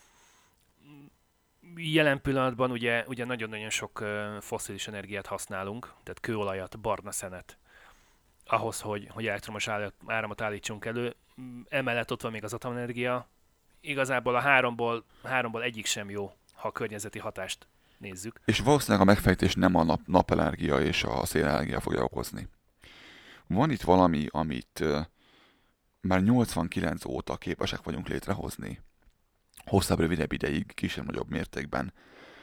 Jelen pillanatban ugye nagyon-nagyon sok fosszilis energiát használunk, tehát kőolajat, barna szenet, ahhoz, hogy elektromos áramot állítsunk elő. Emellett ott van még az atomenergia. Igazából a háromból egyik sem jó, ha a környezeti hatást nézzük. És valószínűleg a megfejtés nem a napenergia és a szélenergia fogja okozni. Van itt valami, amit már 89 óta képesek vagyunk létrehozni. Hosszabb, rövidebb ideig, kisebb-nagyobb mértékben.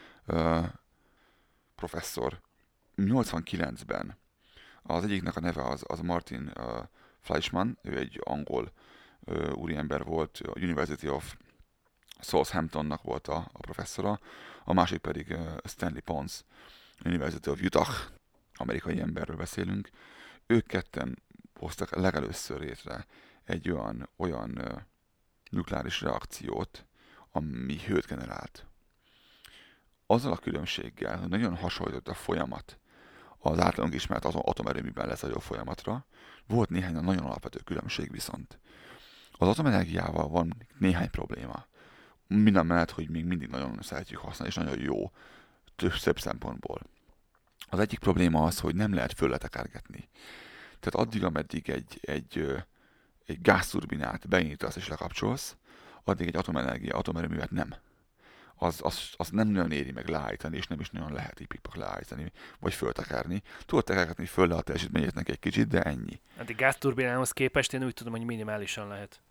Professzor 89-ben az egyiknek a neve az Martin Fleischmann, ő egy angol úriember volt, a University of Southamptonnak volt a professzora, a másik pedig Stanley Pons, University of Utah, amerikai emberről beszélünk. Ők ketten hoztak legelőször létre egy olyan nukleáris reakciót, ami hőt generált. Azzal a különbséggel, hogy nagyon hasonlított a folyamat az általunk ismert az atomerőműben lezajló folyamatra, volt néhány nagyon alapvető különbség viszont. Az atomenergiával van néhány probléma. Minden mellett, hogy még mindig nagyon szeretjük használni, és nagyon jó több szempontból. Az egyik probléma az, hogy nem lehet fölletekergetni. Tehát addig, ameddig egy gázturbinát beindítasz és lekapcsolsz, addig egy atomerőművet nem. Az nem nagyon éri meg leállítani, és nem is nagyon lehet így pikpak leállítani, vagy föltekerni. Tudod tekergetni föl le a teljesítményét neki egy kicsit, de ennyi. Hát a gázturbinához képest én úgy tudom, hogy minimálisan lehet.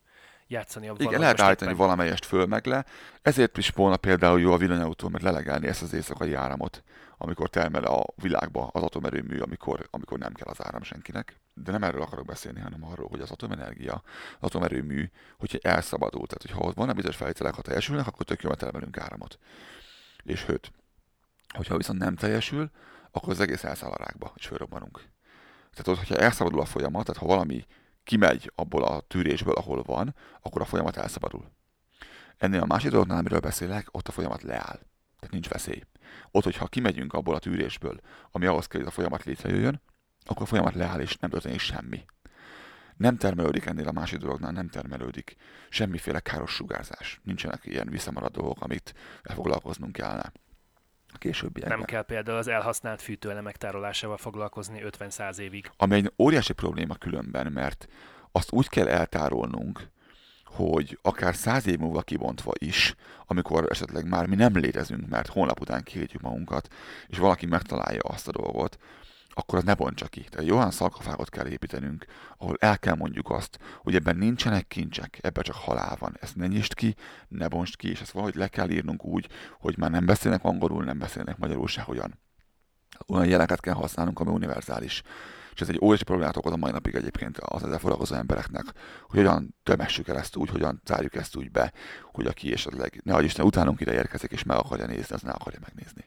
játszani a Igen, valahogy lehet most állítani éppen. valamelyest föl meg le. Ezért is volna például jó a villanyautó, meg lelegelni ezt az éjszakai áramot, amikor termel a világba az atomerőmű, amikor nem kell az áram senkinek. De nem erről akarok beszélni, hanem arról, hogy az atomenergia, az atomerőmű, hogyha elszabadul, tehát hogyha ott van a bizonyos feltételek, ha teljesülnek, akkor tök jól termelünk áramot. És hőt. Hogyha viszont nem teljesül, akkor az egész elszáll a rákba, és fölrobbanunk. Tehát ott, hogyha elszabadul a folyamat, tehát ha valami kimegy abból a tűrésből, ahol van, akkor a folyamat elszabadul. Ennél a másik dolognál, amiről beszélek, ott a folyamat leáll. Tehát nincs veszély. Ott, hogyha kimegyünk abból a tűrésből, ami ahhoz kell, hogy a folyamat létrejöjjön, akkor a folyamat leáll, és nem történik semmi. Nem termelődik ennél a másik dolognál, nem termelődik semmiféle káros sugárzás. Nincsenek ilyen visszamaradt dolgok, amit foglalkoznunk kellene a későbbiekben. Nem kell például az elhasznált fűtőelemek tárolásával foglalkozni 50-100 évig. Ami egy óriási probléma különben, mert azt úgy kell eltárolnunk, hogy akár 100 év múlva kibontva is, amikor esetleg már mi nem létezünk, mert holnap után kihétjük magunkat, és valaki megtalálja azt a dolgot, akkor az ne bontsa ki. Tehát egy olyan szarkofágot kell építenünk, ahol el kell mondjuk azt, hogy ebben nincsenek kincsek, ebben csak halál van. Ezt ne nyisd ki, ne bontsd ki, és ezt valahogy le kell írnunk úgy, hogy már nem beszélnek angolul, nem beszélnek magyarul sehogyan. Olyan jeleket kell használnunk, ami univerzális. És ez egy óriási problémát okoz a mai napig egyébként az ezzel foglalkozó embereknek, hogy hogyan tömessük el ezt úgy, hogyan zárjuk ezt úgy be, hogy aki esetleg, nehogy Isten, utánunk ide érkezik és meg akarja nézni, az ne akarja megnézni.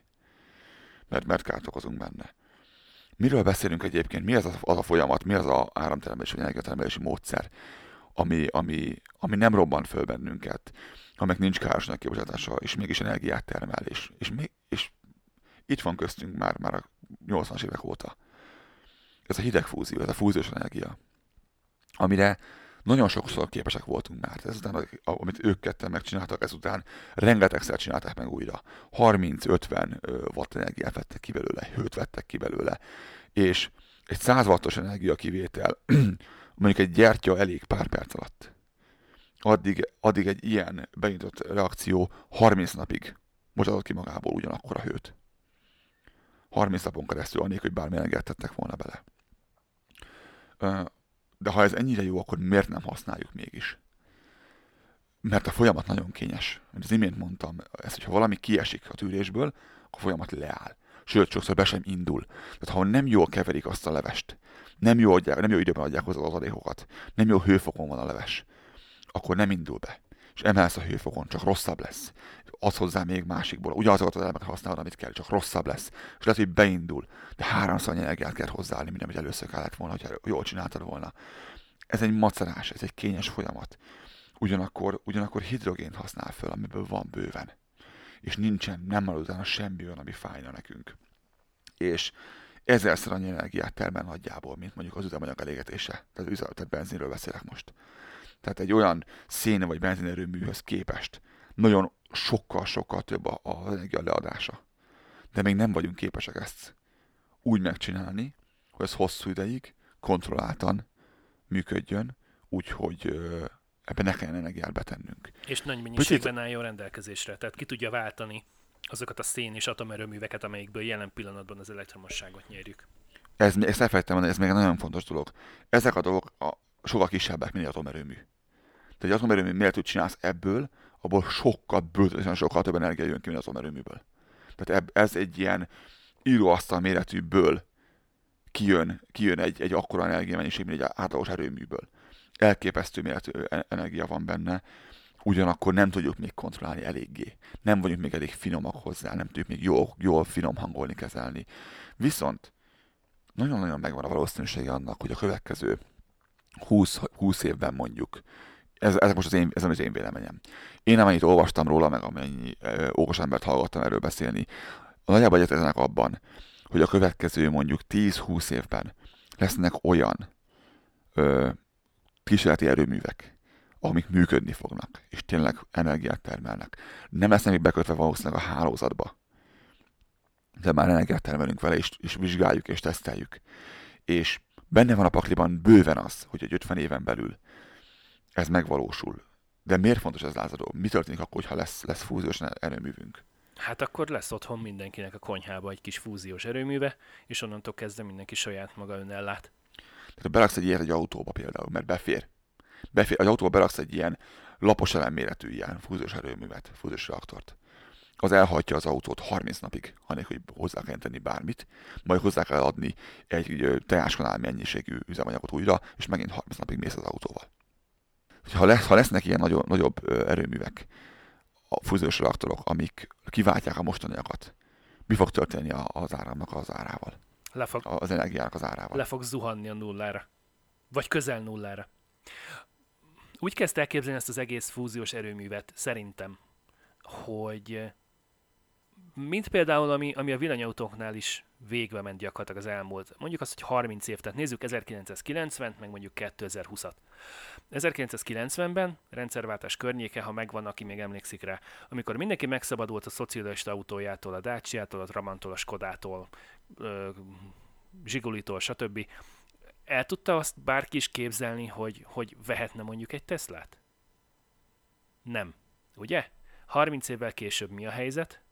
Mert kárt okozunk benne. Miről beszélünk egyébként? Mi az a folyamat, mi az az áramtermelés vagy energiatermelési módszer, ami nem robban föl bennünket, aminek nincs káros kibocsátása, és mégis energiát termel, és itt van köztünk már a 80-as évek óta. Ez a hidegfúzió, ez a fúziós energia, amire nagyon sokszor képesek voltunk már. Ezután, amit ők ketten megcsináltak, ezután rengetegszer csinálták meg újra. 30-50 watt energiát vettek ki belőle, hőt vettek ki belőle, és egy 100 wattos energia kivétel, mondjuk egy gyertya elég pár perc alatt. Addig egy ilyen beindított reakció 30 napig bocsátott ki magából ugyanakkor a hőt. 30 napon keresztül, annélkül, hogy bármi energiát tettek volna bele. De ha ez ennyire jó, akkor miért nem használjuk mégis? Mert a folyamat nagyon kényes. Mint az imént mondtam, hogyha valami kiesik a tűrésből, akkor a folyamat leáll. Sőt, sokszor be sem indul. Tehát ha nem jól keverik azt a levest, nem jó időben adják hozzá az adékokat, nem jó hőfokon van a leves, akkor nem indul be. És emelsz a hőfokon, csak rosszabb lesz. Adsz hozzá még másikból, ugyanazokat az elemeket használod, amit kell, csak rosszabb lesz. És lehet, hogy beindul, de 3-szor annyi energiát kell hozzáállni, mint amit először kellett volna, hogyha jól csináltad volna. Ez egy macerás, ez egy kényes folyamat. Ugyanakkor hidrogént használ föl, amiből van bőven. És nem marad utána semmi olyan, ami fájna nekünk. És 1000-szer annyi energiát termel nagyjából, mint mondjuk az üzemanyag elégetése. Tehát benzinről beszélek most. Tehát egy olyan szén vagy benzinerőműhöz képest nagyon sokkal több az energia leadása. De még nem vagyunk képesek ezt úgy megcsinálni, hogy ez hosszú ideig kontrolláltan működjön, úgyhogy ebben ne kellene energiát betennünk. És nagy mennyiségben álljon rendelkezésre. Tehát ki tudja váltani azokat a szén és atomerőműveket, amelyikből jelen pillanatban az elektromosságot nyerjük. Ezt elfelejtettem mondani, ez még egy nagyon fontos dolog. Ezek a dolgok sokkal kisebbek, mint egy atomerőmű. Tehát egy atomerőmű miért tud csinálsz ebből, abból sokkal több energia jön ki, mint az atomerőműből. Tehát ez egy ilyen íróasztal méretűből kijön egy akkora energiamennyiség, mint egy átlagos erőműből. Elképesztő méretű energia van benne, ugyanakkor nem tudjuk még kontrollálni eléggé. Nem vagyunk még elég finomak hozzá, nem tudjuk még jól finom hangolni, kezelni. Viszont nagyon-nagyon megvan a valószínűsége annak, hogy a következő 20 évben mondjuk, ez most az én véleményem. Én amennyit olvastam róla, meg amennyi okos embert hallgattam erről beszélni, nagyjából egyetértenek abban, hogy a következő mondjuk 10-20 évben lesznek olyan kísérleti erőművek, amik működni fognak, és tényleg energiát termelnek. Nem lesznek még bekötve valószínűleg a hálózatba, de már energiát termelünk vele, és vizsgáljuk, és teszteljük. És benne van a pakliban bőven az, hogy egy 50 éven belül ez megvalósul. De miért fontos ez, Lázadó? Mi történik akkor, ha lesz fúziós erőművünk? Hát akkor lesz otthon mindenkinek a konyhába egy kis fúziós erőműve, és onnantól kezdve mindenki saját maga önellát. Tehát beraksz egy ilyet egy autóba például, mert befér. Az autóba beraksz egy ilyen lapos elemméretű ilyen fúziós erőművet, fúziós reaktort. Az elhajtja az autót 30 napig, anélkül, hogy hozzá kell tenni bármit, majd hozzá kell adni egy teáskanál mennyiségű üzemanyagot újra, és megint 30 napig mész az autóval. Ha lesznek ilyen nagyobb erőművek, a fúziós reaktorok, amik kiváltják a mostaniakat, mi fog történni az áramnak az árával? Az energiának az árával? Le fog zuhanni a nullára. Vagy közel nullára. Úgy kezdte elképzelni ezt az egész fúziós erőművet, szerintem, hogy mint például, ami a villanyautóknál is végbe ment gyakorlatilag az elmúlt, mondjuk azt, hogy 30 év, tehát nézzük 1990-t, meg mondjuk 2020-at. 1990-ben, rendszerváltás környéke, ha megvan, aki még emlékszik rá, amikor mindenki megszabadult a szocialista autójától, a Dacia-tól, a Trabantól, a Skodától, Zsigulitól, stb. El tudta azt bárki is képzelni, hogy vehetne mondjuk egy Teslát? Nem. Ugye? 30 évvel később mi a helyzet?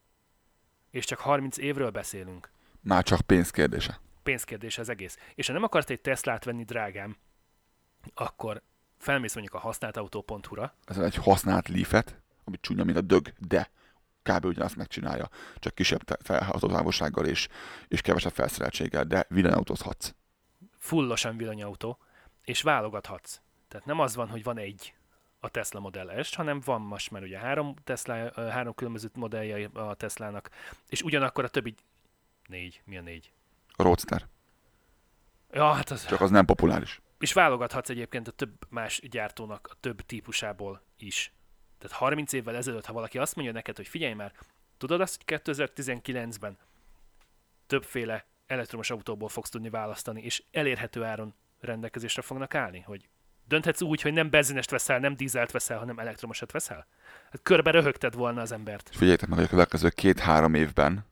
És csak 30 évről beszélünk. Már csak pénzkérdése. Pénzkérdése az egész. És ha nem akarsz egy Teslát venni, drágám, akkor felmész mondjuk a használtautó.hu-ra. Ez egy használt Leafet, ami csúnya, mint a dög, de kb. Ugyanazt megcsinálja, csak kisebb felhasználhatósággal és kevesebb felszereltséggel, de villanyautózhatsz. Fullosan villanyautó, és válogathatsz. Tehát nem az van, hogy van egy a Tesla Model S, hanem van most már ugye három különböző modellje a Teslának, és ugyanakkor a többi 4. Mi a 4? A Roadster. Ja, hát az... Csak az nem populáris. És válogathatsz egyébként a több más gyártónak a több típusából is. Tehát 30 évvel ezelőtt, ha valaki azt mondja neked, hogy figyelj már, tudod azt, hogy 2019-ben többféle elektromos autóból fogsz tudni választani, és elérhető áron rendelkezésre fognak állni, hogy dönthetsz úgy, hogy nem benzinest veszel, nem dízelt veszel, hanem elektromosat veszel? Hát körbe röhögted volna az embert. Figyeljétek meg, hogy a következő 2-3 évben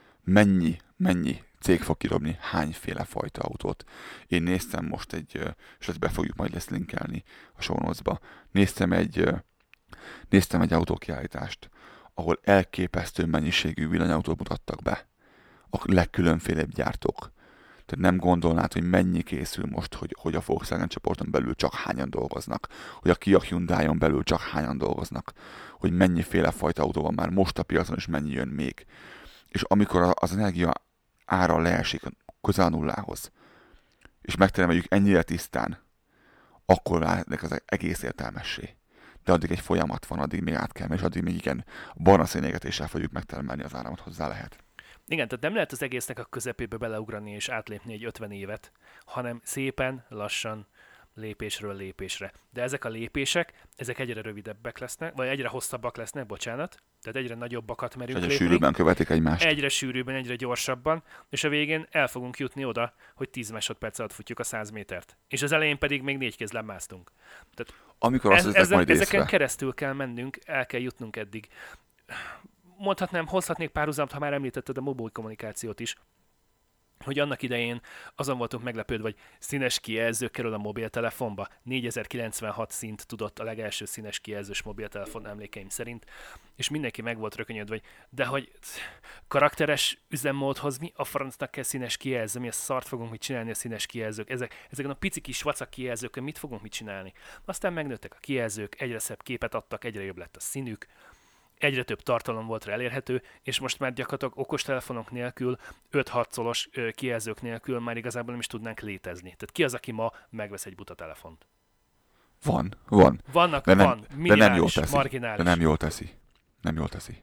mennyi cég fog kirobni hányféle fajta autót. Én néztem most és ezt be fogjuk majd lesz linkelni a show notes-ba. Néztem egy autókiállítást, ahol elképesztő mennyiségű villanyautót mutattak be. A legkülönfélebb gyártók. Tehát nem gondolnád, hogy mennyi készül most, hogy a Volkswagen csoporton belül csak hányan dolgoznak, hogy a Kia Hyundai-on belül csak hányan dolgoznak, hogy mennyiféle fajta autó van már most a piacon, és mennyi jön még. És amikor az energia ára leesik közel nullához, és megtermeljük ennyire tisztán, akkor válnak az egész értelmessé. De addig egy folyamat van, addig még át kell, és addig még igen, barna szénégetéssel fogjuk megtermelni az áramot, hozzá lehet. Igen, tehát nem lehet az egésznek a közepébe beleugrani és átlépni egy 50 évet, hanem szépen, lassan, lépésről lépésre. De ezek a lépések, ezek egyre rövidebbek lesznek, vagy egyre hosszabbak lesznek, bocsánat, tehát egyre nagyobbakat merünk egyre lépni. sűrűbben követik egymást. Egyre sűrűbben, egyre gyorsabban, és a végén el fogunk jutni oda, hogy 10 másodperc alatt futjuk a 100 métert. És az elején pedig még 4 kézláb másztunk. Tehát amikor azt hiszek majd észre. ezeken keresztül kell mennünk, el kell jutnunk eddig. Mondhatnám, hozhatnék párhuzamot, ha már említetted a mobil kommunikációt is, hogy annak idején azon voltunk meglepődve, hogy színes kijelzők kerül a mobiltelefonba. 4096 szint tudott a legelső színes kijelzős mobiltelefon emlékeim szerint, és mindenki meg volt rökönyödve, hogy de hogy karakteres üzemmódhoz mi a francnak kell színes kijelző, mi a szart fogunk mit csinálni a színes kijelzők, ezeken a pici kis vacak kijelzőkön mit fogunk mit csinálni. Aztán megnőttek a kijelzők, egyre szebb képet adtak, egyre jobb lett a színük, egyre több tartalom volt rá elérhető, és most már gyakorlatilag okostelefonok nélkül, 5-6 szolos kijelzők nélkül már igazából nem is tudnánk létezni. Tehát ki az, aki ma megvesz egy buta telefont? Van. Vannak, de nem, van, de nem jól teszi. marginális. De nem jól teszi.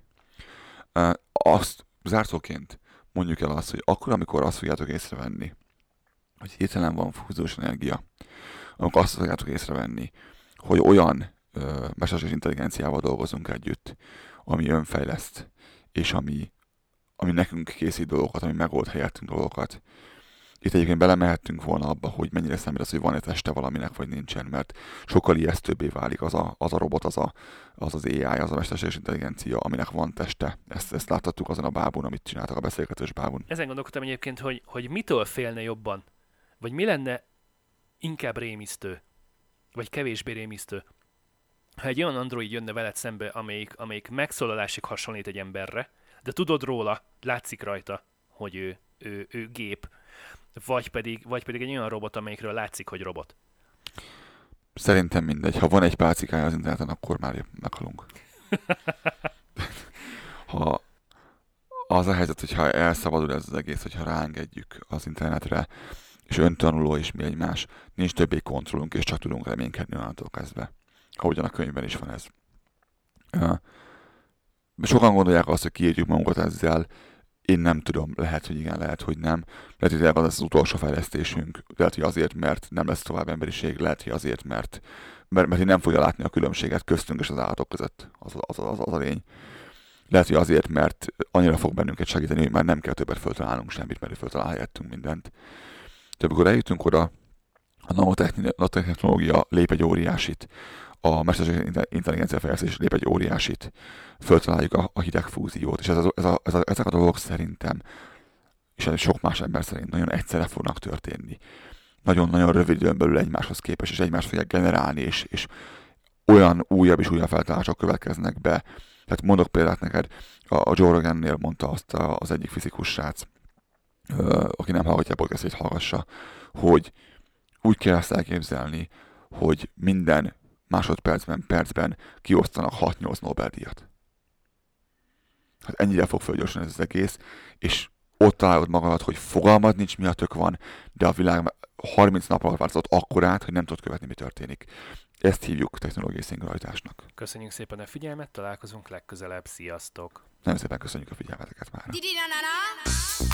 Azt zárszóként mondjuk el azt, hogy akkor, amikor azt fogjátok észrevenni, hogy hirtelen van fúziós energia, amikor azt fogjátok észrevenni, hogy olyan mesterséges intelligenciával dolgozunk együtt, ami önfejleszt, és ami nekünk készít dolgokat, ami megold helyettünk dolgokat. Itt egyébként belemehettünk volna abba, hogy mennyire számít az, hogy van-e teste valaminek, vagy nincsen, mert sokkal ijesztőbbé válik az a robot, az az AI, az a mesterséges intelligencia, aminek van teste. Ezt láttattuk azon a bábun, amit csináltak a beszélgetős bábun. Ezen gondolkodtam egyébként, hogy mitől félne jobban, vagy mi lenne inkább rémisztő, vagy kevésbé rémisztő. Ha egy olyan android jönne veled szembe, amelyik megszólalásig hasonlít egy emberre, de tudod róla, látszik rajta, hogy ő gép, vagy pedig egy olyan robot, amelyikről látszik, hogy robot. szerintem mindegy. Ha van egy pálcikája az interneten, akkor már meghalunk. Ha az a helyzet, hogyha elszabadul ez az egész, hogyha ráengedjük az internetre, és öntanuló is mi egymás, nincs többé kontrollunk, és csak tudunk reménykedni onnantól kezdve. Ahogyan a könyvben is van ez. Sokan gondolják azt, hogy kiírjuk magunkat ezzel. Én nem tudom, lehet, hogy igen, lehet, hogy nem. Lehet, hogy az az utolsó fejlesztésünk. Lehet, hogy azért, mert nem lesz tovább emberiség. Lehet, hogy azért, mert én nem fogja látni a különbséget köztünk és az állatok között. Az a lény. Lehet, hogy azért, mert annyira fog bennünket segíteni, hogy már nem kell többet föltalálnunk semmit, mert föltalálhettünk mindent. De amikor eljutunk oda, a nanotechnológia lép egy óriásit, a mesterséges intelligencia fejlesztés lép egy óriásit, föltaláljuk a hidegfúziót, és ezek a dolgok szerintem, és sok más ember szerint nagyon egyszerre fognak történni. Nagyon-nagyon rövid időn belül egymáshoz képest, és egymást fogják generálni, és olyan újabb és újabb feltárások következnek be. Tehát mondok példát neked, a Joe Rogannél mondta azt az egyik fizikus srác, aki nem hallgatja a podcastjét, hallgassa, hogy úgy kell ezt elképzelni, hogy minden percben kiosztanak 6-8 Nobel-díjat. Hát ennyire fog fölgyorsulni ez az egész, és ott találod magadat, hogy fogalmad nincs, mi a tök van, de a világ 30 nap alatt változott akkorát, hogy nem tudod követni, mi történik. Ezt hívjuk technológiai szingularitásnak. Köszönjük szépen a figyelmet, találkozunk legközelebb, sziasztok! Nagyon szépen köszönjük a figyelmeteket már.